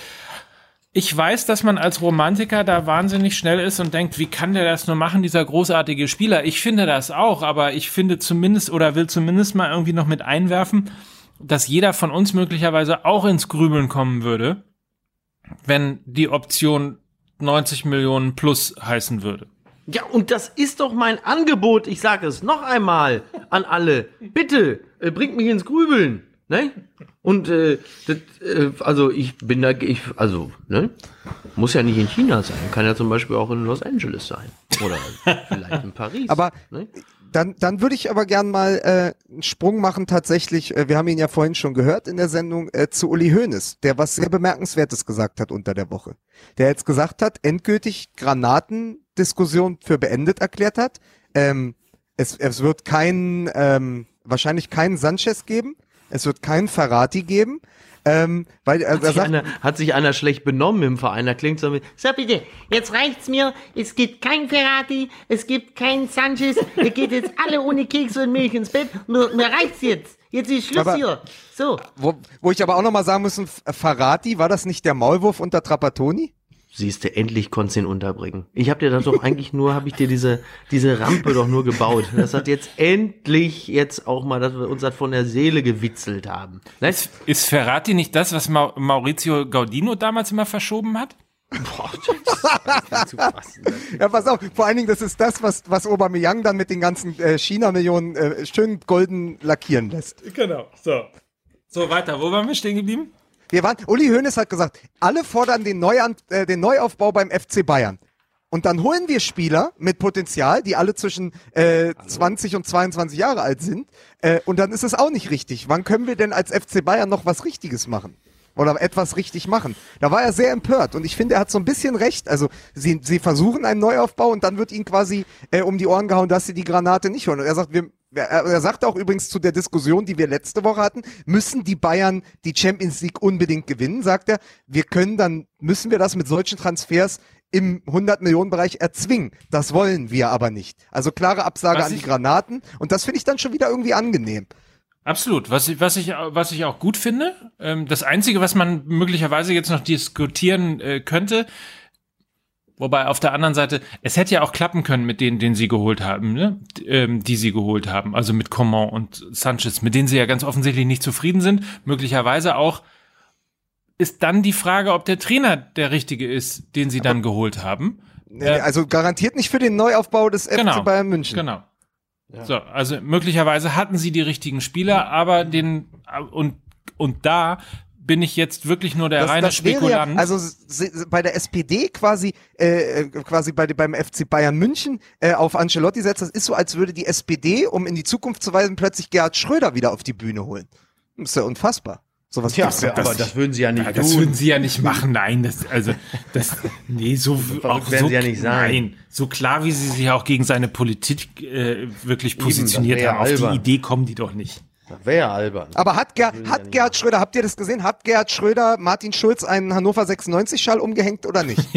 Ich weiß, dass man als Romantiker da wahnsinnig schnell ist und denkt, wie kann der das nur machen, dieser großartige Spieler? Ich finde das auch, aber ich finde zumindest oder will zumindest mal irgendwie noch mit einwerfen, dass jeder von uns möglicherweise auch ins Grübeln kommen würde, wenn die Option neunzig Millionen plus heißen würde. Ja, und das ist doch mein Angebot, ich sage es noch einmal an alle. Bitte, äh, bringt mich ins Grübeln. Ne? Und äh, das, äh, also ich bin da, ich, also, ne? Muss ja nicht in China sein, kann ja zum Beispiel auch in Los Angeles sein. Oder vielleicht in Paris. Aber ne? dann, dann würde ich aber gern mal äh, einen Sprung machen tatsächlich, äh, wir haben ihn ja vorhin schon gehört in der Sendung, äh, zu Uli Hoeneß, der was sehr Bemerkenswertes gesagt hat unter der Woche. Der jetzt gesagt hat, endgültig Granatendiskussion für beendet erklärt hat. Ähm, es, es wird kein, ähm, wahrscheinlich keinen Sanchez geben. Es wird keinen Ferrati geben, ähm, weil er, Hat, er sich sagt, einer, hat sich einer schlecht benommen im Verein, da klingt so wie, So bitte, jetzt reicht's mir. Es gibt kein Ferrati, es gibt kein Sanchez. Ihr geht jetzt alle ohne Kekse und Milch ins Bett. Mir, mir reicht's jetzt. Jetzt ist Schluss Aber- hier. So. wo, wo ich aber auch nochmal sagen muss, Ferrati, war das nicht der Maulwurf unter Trapattoni? siehst du, endlich konntest du ihn unterbringen. Ich hab dir das doch eigentlich nur, habe ich dir diese diese Rampe doch nur gebaut. Das hat jetzt endlich jetzt auch mal, dass wir uns das von der Seele gewitzelt haben. Weißt? Ist Ferrati nicht das, was Ma- Maurizio Gaudino damals immer verschoben hat? Boah, das ist zu fassen. Ja, pass auf, vor allen Dingen, das ist das, was, was Aubameyang dann mit den ganzen äh, China-Millionen äh, schön golden lackieren lässt. Genau, so. So, weiter. Wo waren wir stehen geblieben? Wir waren, Uli Hoeneß hat gesagt, alle fordern den, Neuan, äh, den Neuaufbau beim F C Bayern. Und dann holen wir Spieler mit Potenzial, die alle zwischen äh, zwanzig und zweiundzwanzig Jahre alt sind. Äh, und dann ist es auch nicht richtig. Wann können wir denn als F C Bayern noch was Richtiges machen? oder etwas richtig machen. Da war er sehr empört und ich finde, er hat so ein bisschen recht. Also sie, sie versuchen einen Neuaufbau und dann wird ihnen quasi äh, um die Ohren gehauen, dass sie die Granate nicht holen. Und er sagt, wir, er, er sagt auch übrigens zu der Diskussion, die wir letzte Woche hatten, müssen die Bayern die Champions League unbedingt gewinnen, sagt er. Wir können dann, müssen wir das mit solchen Transfers im hundert-Millionen-Bereich erzwingen. Das wollen wir aber nicht. Also klare Absage Was an die ich- Granaten und das finde ich dann schon wieder irgendwie angenehm. Absolut. Was ich, was ich, was ich auch gut finde, ähm, das Einzige, was man möglicherweise jetzt noch diskutieren äh, könnte, wobei auf der anderen Seite, es hätte ja auch klappen können mit denen, den sie geholt haben, ne? D- ähm, die sie geholt haben, also mit Coman und Sanchez, mit denen sie ja ganz offensichtlich nicht zufrieden sind, möglicherweise auch, ist dann die Frage, ob der Trainer der richtige ist, den sie dann geholt haben. Nee, also garantiert nicht für den Neuaufbau des F C Bayern München. Genau. So, also möglicherweise hatten sie die richtigen Spieler, aber den und und da bin ich jetzt wirklich nur der Das, reine das wäre Spekulant. ja, also s- s- bei der S P D quasi, äh, quasi bei, beim F C Bayern München äh, auf Ancelotti setzt, das ist so, als würde die S P D, um in die Zukunft zu weisen, plötzlich Gerhard Schröder wieder auf die Bühne holen. Das ist ja unfassbar. Sowas Tja, gibt's ja aber das, das würden sie ja nicht Ja, tun. das würden sie ja nicht machen, nein, das, also, das, nee, so, auch werden so, sie ja nicht sein. nein, so klar, wie sie sich auch gegen seine Politik äh, wirklich positioniert das wär haben, auf albern. die Idee kommen die doch nicht. Das wäre ja albern. Aber hat, Ger würden sie ja hat nicht Gerhard Schröder, habt ihr das gesehen? Hat Gerhard Schröder Martin Schulz einen Hannover sechsundneunzig-Schal umgehängt oder nicht?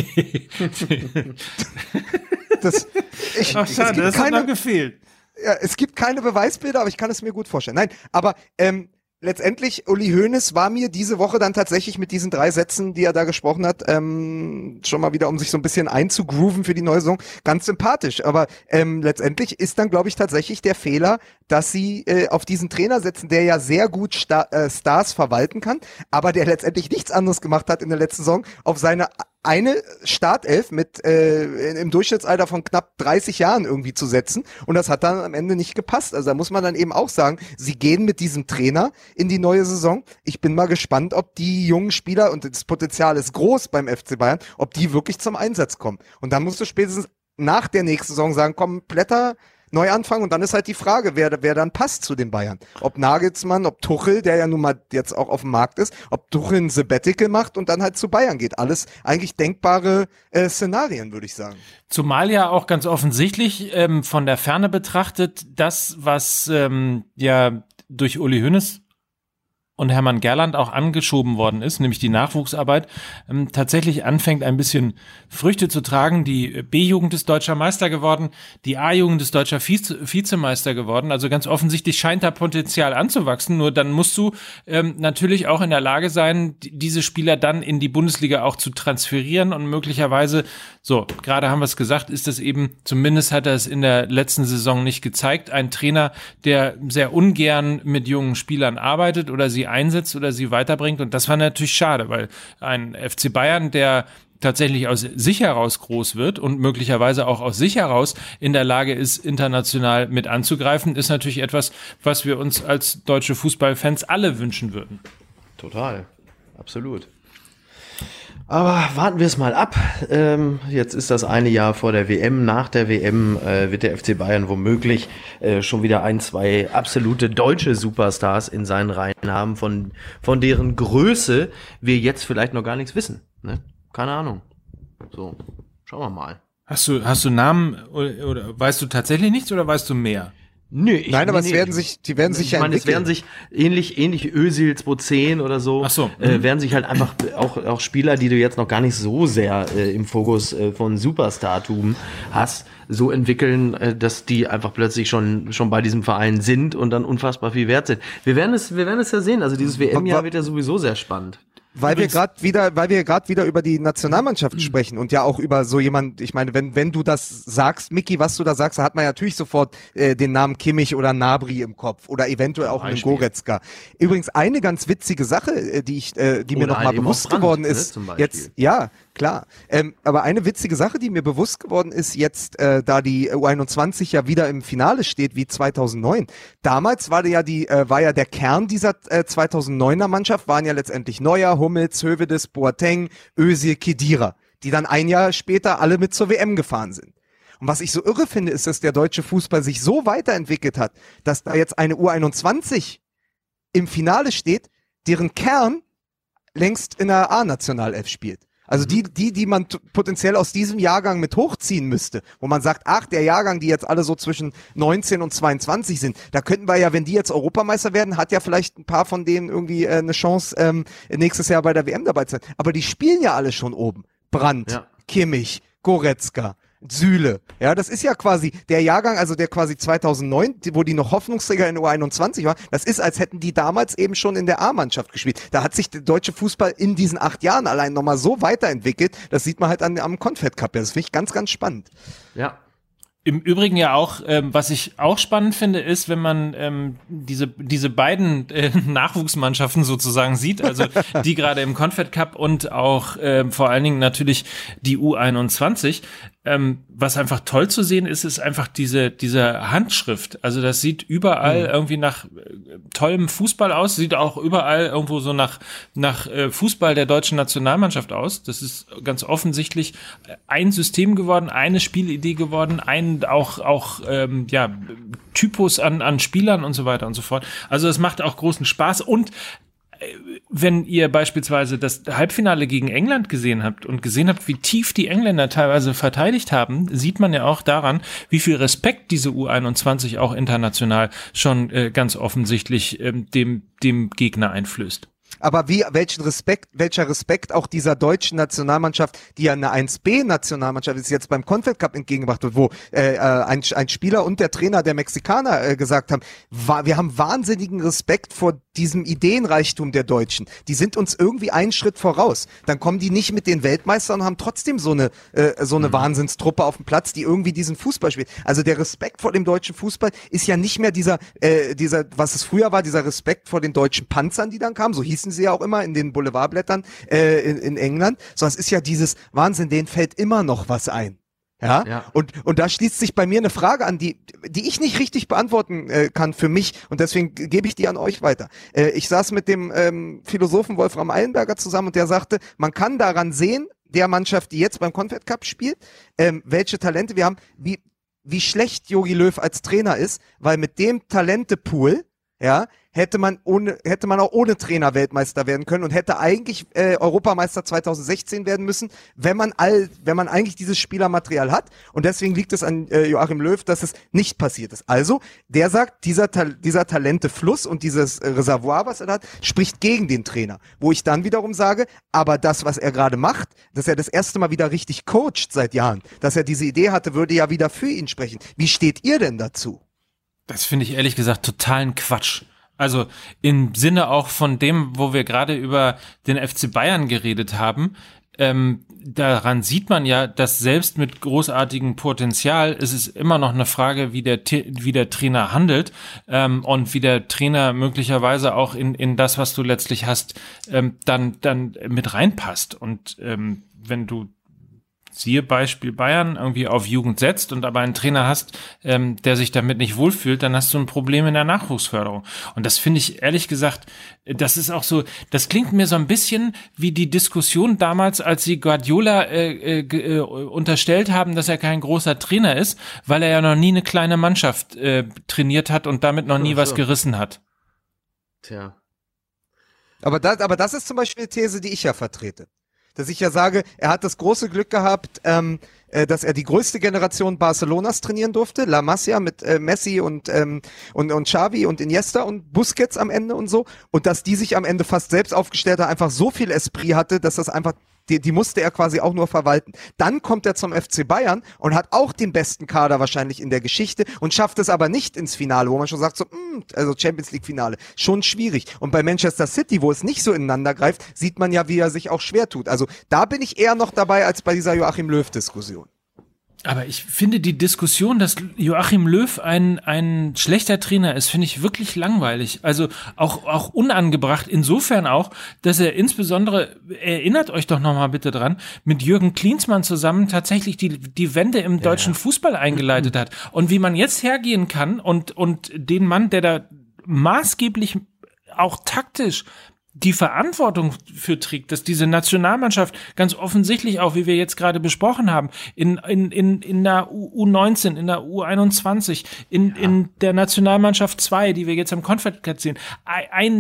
das, ich, es gibt keine, gefehlt. ja, es gibt keine Beweisbilder, aber ich kann es mir gut vorstellen. Nein, aber ähm, letztendlich, Uli Hoeneß war mir diese Woche dann tatsächlich mit diesen drei Sätzen, die er da gesprochen hat, ähm, schon mal wieder, um sich so ein bisschen einzugrooven für die neue Saison, ganz sympathisch. Aber ähm, letztendlich ist dann, glaube ich, tatsächlich der Fehler, dass sie äh, auf diesen Trainer setzen, der ja sehr gut Sta äh, Stars verwalten kann, aber der letztendlich nichts anderes gemacht hat in der letzten Saison, auf seine eine Startelf mit äh, im Durchschnittsalter von knapp dreißig Jahren irgendwie zu setzen und das hat dann am Ende nicht gepasst. Also da muss man dann eben auch sagen, sie gehen mit diesem Trainer in die neue Saison. Ich bin mal gespannt, ob die jungen Spieler, und das Potenzial ist groß beim F C Bayern, ob die wirklich zum Einsatz kommen. Und dann musst du spätestens nach der nächsten Saison sagen, komm, Blätter, neu anfangen und dann ist halt die Frage, wer, wer dann passt zu den Bayern. Ob Nagelsmann, ob Tuchel, der ja nun mal jetzt auch auf dem Markt ist, ob Tuchel ein Sabbatical macht und dann halt zu Bayern geht. Alles eigentlich denkbare äh, Szenarien, würde ich sagen. Zumal ja auch ganz offensichtlich ähm, von der Ferne betrachtet, das, was ähm, ja durch Uli Hoeneß und Hermann Gerland auch angeschoben worden ist, nämlich die Nachwuchsarbeit, ähm, tatsächlich anfängt ein bisschen Früchte zu tragen. Die B-Jugend ist deutscher Meister geworden, die A-Jugend ist deutscher Vize- Vizemeister geworden. Also ganz offensichtlich scheint da Potenzial anzuwachsen. Nur dann musst du ähm, natürlich auch in der Lage sein, die, diese Spieler dann in die Bundesliga auch zu transferieren und möglicherweise, so, gerade haben wir es gesagt, ist das eben, zumindest hat er es in der letzten Saison nicht gezeigt, ein Trainer, der sehr ungern mit jungen Spielern arbeitet oder sie einsetzt oder sie weiterbringt. Und das war natürlich schade, weil ein F C Bayern, der tatsächlich aus sich heraus groß wird und möglicherweise auch aus sich heraus in der Lage ist, international mit anzugreifen, ist natürlich etwas, was wir uns als deutsche Fußballfans alle wünschen würden. Total. Absolut. Aber warten wir es mal ab. Ähm, jetzt ist das eine Jahr vor der W M. Nach der W M äh, wird der F C Bayern womöglich äh, schon wieder ein, zwei absolute deutsche Superstars in seinen Reihen haben, von, von deren Größe wir jetzt vielleicht noch gar nichts wissen. Ne? Keine Ahnung. So, schauen wir mal. Hast du, hast du Namen oder, oder weißt du tatsächlich nichts oder weißt du mehr? Nö, ich, Nein, aber nee, es werden nee. sich, die werden sich Ich ja meine, es entwickeln. werden sich ähnlich, ähnlich Özil zweitausendzehn oder so, Ach so, äh, mhm. werden sich halt einfach auch, auch Spieler, die du jetzt noch gar nicht so sehr äh, im Fokus äh, von Superstartum hast, so entwickeln, äh, dass die einfach plötzlich schon, schon bei diesem Verein sind und dann unfassbar viel wert sind. Wir werden es, wir werden es ja sehen. Also dieses W M-Jahr wird ja sowieso sehr spannend. Weil wir gerade wieder, weil wir gerade wieder über die Nationalmannschaft Mhm. sprechen und ja auch über so jemand, ich meine, wenn wenn du das sagst, Micky, was du da sagst, da hat man ja natürlich sofort äh, den Namen Kimmich oder Gnabry im Kopf oder eventuell auch einen Beispiel. Goretzka. Übrigens eine ganz witzige Sache, äh, die ich, äh, die mir Oder noch mal ein bewusst Immo Brandt, geworden ne, ist, zum Beispiel. jetzt ja klar, ähm, aber eine witzige Sache, die mir bewusst geworden ist, jetzt äh, da die U einundzwanzig ja wieder im Finale steht wie zweitausendneun. Damals war ja die äh, war ja der Kern dieser äh, zweitausenddeuner Mannschaft waren ja letztendlich Neuer, Hummels, Hövedes, Boateng, Özil, Khedira, die dann ein Jahr später alle mit zur W M gefahren sind. Und was ich so irre finde, ist, dass der deutsche Fußball sich so weiterentwickelt hat, dass da jetzt eine U einundzwanzig im Finale steht, deren Kern längst in der A-Nationalelf spielt. Also die, die, die man t- potenziell aus diesem Jahrgang mit hochziehen müsste, wo man sagt, ach, der Jahrgang, die jetzt alle so zwischen neunzehn und zweiundzwanzig sind, da könnten wir ja, wenn die jetzt Europameister werden, hat ja vielleicht ein paar von denen irgendwie äh, eine Chance, ähm, nächstes Jahr bei der W M dabei zu sein. Aber die spielen ja alle schon oben. Brandt, ja. Kimmich, Goretzka, Süle. Ja, das ist ja quasi der Jahrgang, also der quasi zweitausendneun, wo die noch Hoffnungsträger in U einundzwanzig waren. Das ist, als hätten die damals eben schon in der A-Mannschaft gespielt. Da hat sich der deutsche Fußball in diesen acht Jahren allein nochmal so weiterentwickelt. Das sieht man halt an, am Confed Cup. Das finde ich ganz, ganz spannend. Ja. Im Übrigen ja auch, ähm, was ich auch spannend finde, ist, wenn man ähm, diese diese beiden äh, Nachwuchsmannschaften sozusagen sieht, also die gerade im Confed Cup und auch ähm, vor allen Dingen natürlich die U einundzwanzig. Ähm, was einfach toll zu sehen ist, ist einfach diese diese Handschrift. Also das sieht überall mhm. irgendwie nach äh, tollem Fußball aus, sieht auch überall irgendwo so nach nach äh, Fußball der deutschen Nationalmannschaft aus. Das ist ganz offensichtlich ein System geworden, eine Spielidee geworden, ein auch auch ähm, ja Typus an an Spielern und so weiter und so fort. Also es macht auch großen Spaß. Und wenn ihr beispielsweise das Halbfinale gegen England gesehen habt und gesehen habt, wie tief die Engländer teilweise verteidigt haben, sieht man ja auch daran, wie viel Respekt diese U einundzwanzig auch international schon äh, ganz offensichtlich ähm, dem dem Gegner einflößt. Aber wie, welchen Respekt, welcher Respekt auch dieser deutschen Nationalmannschaft, die ja eine eins B Nationalmannschaft ist, jetzt beim Confed Cup entgegengebracht wird, wo äh, ein, ein Spieler und der Trainer der Mexikaner äh, gesagt haben, wa- wir haben wahnsinnigen Respekt vor diesem Ideenreichtum der Deutschen. Die sind uns irgendwie einen Schritt voraus. Dann kommen die nicht mit den Weltmeistern und haben trotzdem so eine äh, so eine mhm. Wahnsinnstruppe auf dem Platz, die irgendwie diesen Fußball spielt. Also der Respekt vor dem deutschen Fußball ist ja nicht mehr dieser, äh, dieser, was es früher war, dieser Respekt vor den deutschen Panzern, die dann kamen, so hießen sie ja auch immer in den Boulevardblättern äh, in, in England, sondern es ist ja dieses Wahnsinn, denen fällt immer noch was ein. Ja? ja, und und da schließt sich bei mir eine Frage an, die die ich nicht richtig beantworten äh, kann für mich, und deswegen gebe ich die an euch weiter. Äh, ich saß mit dem ähm, Philosophen Wolfram Eilenberger zusammen und der sagte, man kann daran sehen, der Mannschaft, die jetzt beim Confed Cup spielt, ähm, welche Talente wir haben, wie wie schlecht Jogi Löw als Trainer ist, weil mit dem Talentepool, ja, hätte man ohne, hätte man auch ohne Trainer Weltmeister werden können und hätte eigentlich äh, Europameister zweitausendsechzehn werden müssen, wenn man all, wenn man eigentlich dieses Spielermaterial hat. Und deswegen liegt es an äh, Joachim Löw, dass es nicht passiert ist. Also, der sagt, dieser Ta- dieser Talentefluss und dieses äh, Reservoir, was er hat, spricht gegen den Trainer. Wo ich dann wiederum sage, aber das, was er gerade macht, dass er das erste Mal wieder richtig coacht seit Jahren, dass er diese Idee hatte, würde ja wieder für ihn sprechen. Wie steht ihr denn dazu? Das finde ich ehrlich gesagt totalen Quatsch. Also im Sinne auch von dem, wo wir gerade über den F C Bayern geredet haben, ähm, daran sieht man ja, dass selbst mit großartigem Potenzial ist es immer noch eine Frage, wie der wie der Trainer handelt ähm, und wie der Trainer möglicherweise auch in in das, was du letztlich hast, ähm, dann dann mit reinpasst. Und ähm, wenn du siehe Beispiel Bayern, irgendwie auf Jugend setzt und aber einen Trainer hast, ähm, der sich damit nicht wohlfühlt, dann hast du ein Problem in der Nachwuchsförderung. Und das finde ich ehrlich gesagt, das ist auch so, das klingt mir so ein bisschen wie die Diskussion damals, als sie Guardiola äh, äh, unterstellt haben, dass er kein großer Trainer ist, weil er ja noch nie eine kleine Mannschaft äh, trainiert hat und damit noch nie was gerissen hat. Tja. Aber das, aber das ist zum Beispiel eine These, die ich ja vertrete. Dass ich ja sage, er hat das große Glück gehabt, ähm, äh, dass er die größte Generation Barcelonas trainieren durfte, La Masia mit äh, Messi und, ähm, und und Xavi und Iniesta und Busquets am Ende und so, und dass die sich am Ende fast selbst aufgestellt hat, einfach so viel Esprit hatte, dass das einfach Die, die musste er quasi auch nur verwalten. Dann kommt er zum F C Bayern und hat auch den besten Kader wahrscheinlich in der Geschichte und schafft es aber nicht ins Finale, wo man schon sagt, so, mh, also Champions League Finale, schon schwierig. Und bei Manchester City, wo es nicht so ineinander greift, sieht man ja, wie er sich auch schwer tut. Also da bin ich eher noch dabei als bei dieser Joachim Löw-Diskussion. Aber ich finde die Diskussion, dass Joachim Löw ein ein schlechter Trainer ist, finde ich wirklich langweilig. Also auch auch unangebracht. Insofern auch, dass er insbesondere, erinnert euch doch noch mal bitte dran, mit Jürgen Klinsmann zusammen tatsächlich die die Wende im deutschen ja. Fußball eingeleitet hat. Und wie man jetzt hergehen kann und und den Mann, der da maßgeblich auch taktisch die Verantwortung für trägt, dass diese Nationalmannschaft ganz offensichtlich auch, wie wir jetzt gerade besprochen haben, in in in in der U neunzehn, in der U einundzwanzig, in ja. in der Nationalmannschaft zwei, die wir jetzt am Confed Cup sehen, ein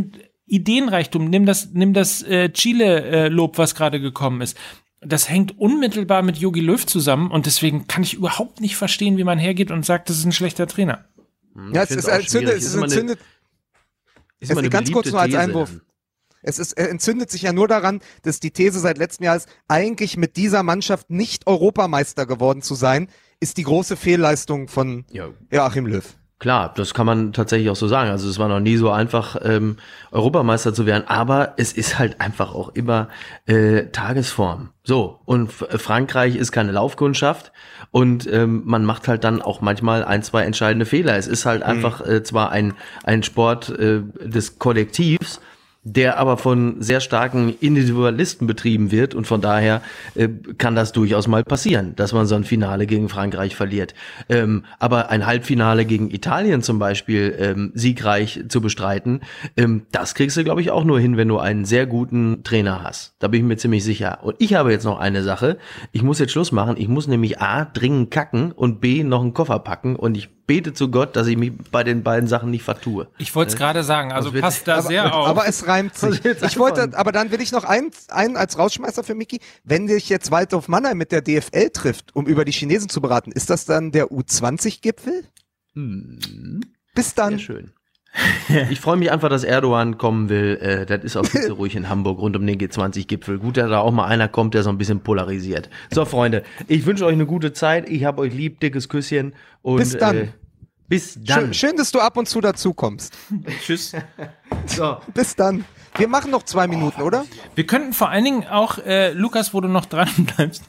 Ideenreichtum, nimm das, nimm das äh, Chile-Lob, was gerade gekommen ist. Das hängt unmittelbar mit Jogi Löw zusammen und deswegen kann ich überhaupt nicht verstehen, wie man hergeht und sagt, das ist ein schlechter Trainer. Ja, es ist entzündet, es ist entzündet. Ist immer eine ganz kurz nur als These. Einwurf. Es ist, er entzündet sich ja nur daran, dass die These seit letztem Jahr ist, eigentlich mit dieser Mannschaft nicht Europameister geworden zu sein, ist die große Fehlleistung von Ja. Joachim Löw. Klar, das kann man tatsächlich auch so sagen. Also es war noch nie so einfach, ähm, Europameister zu werden, aber es ist halt einfach auch immer äh, Tagesform. So, und F- Frankreich ist keine Laufkundschaft und ähm, man macht halt dann auch manchmal ein, zwei entscheidende Fehler. Es ist halt einfach äh, zwar ein, ein Sport äh, des Kollektivs, der aber von sehr starken Individualisten betrieben wird und von daher äh, kann das durchaus mal passieren, dass man so ein Finale gegen Frankreich verliert. Ähm, aber ein Halbfinale gegen Italien zum Beispiel ähm, siegreich zu bestreiten, ähm, das kriegst du, glaube ich, auch nur hin, wenn du einen sehr guten Trainer hast. Da bin ich mir ziemlich sicher. Und ich habe jetzt noch eine Sache. Ich muss jetzt Schluss machen. Ich muss nämlich A, dringend kacken und B, noch einen Koffer packen und ich bete zu Gott, dass ich mich bei den beiden Sachen nicht vertue. Ich wollte es gerade sagen, also wird- passt da Aber, sehr auf. aber es reimt sich. jetzt Ich wollte, aber dann will ich noch einen, einen als Rausschmeißer für Micky. Wenn dich jetzt Waldhof Mannheim mit der D F L trifft, um über die Chinesen zu beraten, ist das dann der U zwanzig Gipfel? Hm. Bis dann. Sehr schön. Ich freue mich einfach, dass Erdogan kommen will. Äh, das ist auch viel zu ruhig in Hamburg rund um den G zwanzig Gipfel. Gut, dass da auch mal einer kommt, der so ein bisschen polarisiert. So, Freunde, ich wünsche euch eine gute Zeit. Ich habe euch lieb, dickes Küsschen. Und, Bis dann. Äh, bis dann. Schön, schön, dass du ab und zu dazu kommst. Tschüss. So. Bis dann. Wir machen noch zwei Minuten, oder? Wir könnten vor allen Dingen auch, äh, Lukas, wo du noch dran bleibst.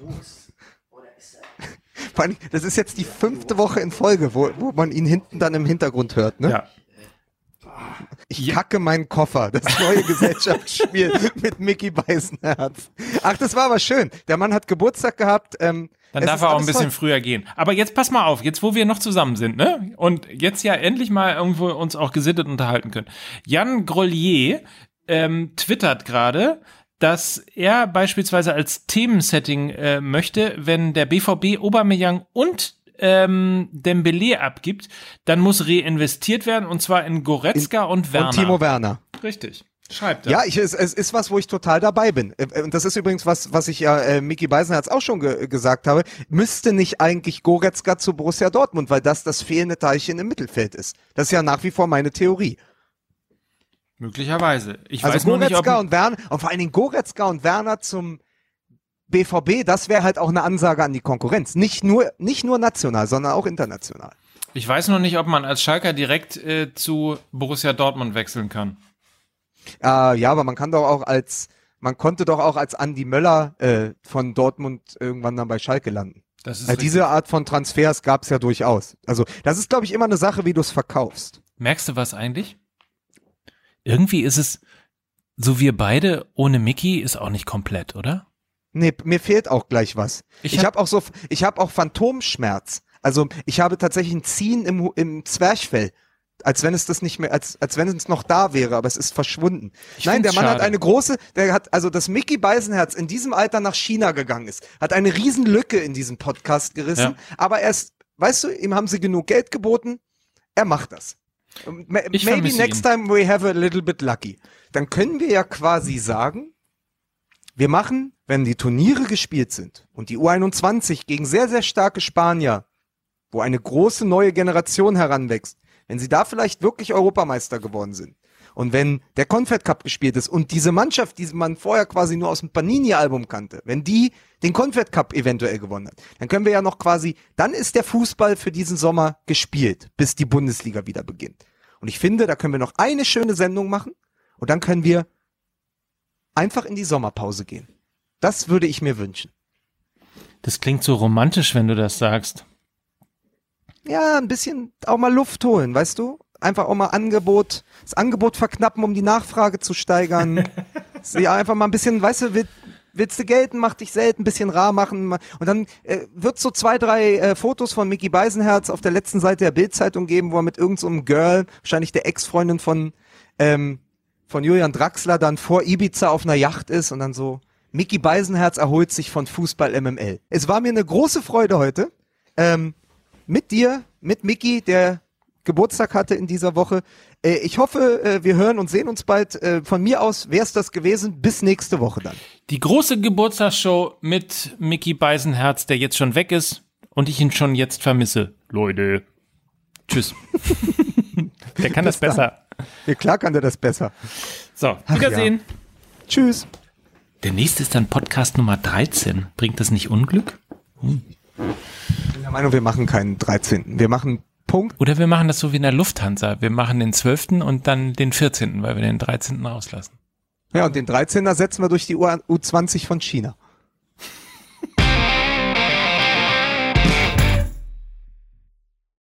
Vor allem, das ist jetzt die fünfte Woche in Folge, wo, wo man ihn hinten dann im Hintergrund hört, ne? Ja. Ich kacke meinen Koffer, das neue Gesellschaftsspiel mit Micky Beisenherz. Ach, das war aber schön. Der Mann hat Geburtstag gehabt. Ähm, Dann es darf ist er auch ein alles bisschen toll. früher gehen. Aber jetzt pass mal auf, jetzt wo wir noch zusammen sind, ne? Und jetzt ja endlich mal irgendwo uns auch gesittet unterhalten können. Jan Grolier ähm, twittert gerade, dass er beispielsweise als Themensetting äh, möchte, wenn der B V B Aubameyang und ähm, Dembélé abgibt, dann muss reinvestiert werden und zwar in Goretzka und Werner. Und Timo Werner. Richtig. Schreibt er. Ja, ich, es, es ist was, wo ich total dabei bin. Äh, Und das ist übrigens was, was ich ja äh, Micky Beisenherz auch schon ge gesagt habe. Müsste nicht eigentlich Goretzka zu Borussia Dortmund, weil das das fehlende Teilchen im Mittelfeld ist. Das ist ja nach wie vor meine Theorie. Möglicherweise. Ich Also weiß nur nicht, Goretzka ob und Werner, und vor allen Dingen Goretzka und Werner zum B V B, das wäre halt auch eine Ansage an die Konkurrenz. Nicht nur, nicht nur national, sondern auch international. ich weiß noch nicht, ob man als Schalker direkt äh, zu Borussia Dortmund wechseln kann. Äh, ja, aber man kann doch auch als, man konnte doch auch als Andi Möller äh, von Dortmund irgendwann dann bei Schalke landen. Das ist Äh, richtig. diese Art von Transfers gab es ja durchaus. Also das ist, glaube ich, immer eine Sache, wie du es verkaufst. Merkst du was eigentlich? Irgendwie ist es, so wir beide ohne Mickey ist auch nicht komplett, oder? Nee, mir fehlt auch gleich was. Ich Ich, hab- habe auch so, ich habe auch Phantomschmerz. Also ich habe tatsächlich ein Ziehen im, im Zwerchfell. Als wenn es das nicht mehr, als, als wenn es noch da wäre, aber es ist verschwunden. Ich Nein, der find's Mann hat schade. eine große, der hat, also dass Micky Beisenherz in diesem Alter nach China gegangen ist, hat eine riesen Lücke in diesen Podcast gerissen, Ja. aber er ist, weißt du, ihm haben sie genug Geld geboten, er macht das. Ma- Ich Maybe vermisse next ihn. time we have a little bit lucky. Dann können wir ja quasi sagen, wir machen, wenn die Turniere gespielt sind und die U einundzwanzig gegen sehr, sehr starke Spanier, wo eine große neue Generation heranwächst, wenn sie da vielleicht wirklich Europameister geworden sind und wenn der Confed Cup gespielt ist und diese Mannschaft, die man vorher quasi nur aus dem Panini-Album kannte, wenn die den Confed Cup eventuell gewonnen hat, dann können wir ja noch quasi, dann ist der Fußball für diesen Sommer gespielt, bis die Bundesliga wieder beginnt. Und ich finde, da können wir noch eine schöne Sendung machen und dann können wir einfach in die Sommerpause gehen. Das würde ich mir wünschen. Das klingt so romantisch, wenn du das sagst. Ja, ein bisschen auch mal Luft holen, weißt du? Einfach auch mal Angebot, das Angebot verknappen, um die Nachfrage zu steigern. Ja, einfach mal ein bisschen, weißt du, will, willst du gelten, mach dich selten, ein bisschen rar machen. Und dann äh, wird so zwei, drei äh, Fotos von Micky Beisenherz auf der letzten Seite der Bild-Zeitung geben, wo er mit irgendeinem so einem Girl, wahrscheinlich der Ex-Freundin von, ähm, von Julian Draxler, dann vor Ibiza auf einer Yacht ist und dann so, Micky Beisenherz erholt sich von Fußball M M L. Es war mir eine große Freude heute. Ähm, mit dir, mit Micky, der Geburtstag hatte in dieser Woche. Äh, ich hoffe, äh, wir hören und sehen uns bald. Äh, von mir aus wäre es das gewesen. Bis nächste Woche dann. Die große Geburtstagsshow mit Micky Beisenherz, der jetzt schon weg ist und ich ihn schon jetzt vermisse. Leute. Tschüss. Der kann das besser. Ja, klar kann der das besser. So, Ach Wiedersehen. Ja. Tschüss. Der nächste ist dann Podcast Nummer dreizehn. Bringt das nicht Unglück? Hm. Ich bin der Meinung, wir machen keinen dreizehnten. Wir machen Punkt. Oder wir machen das so wie in der Lufthansa. Wir machen den zwölften und dann den vierzehnten, weil wir den dreizehnten rauslassen. Ja, und den dreizehnter setzen wir durch die U zwanzig von China.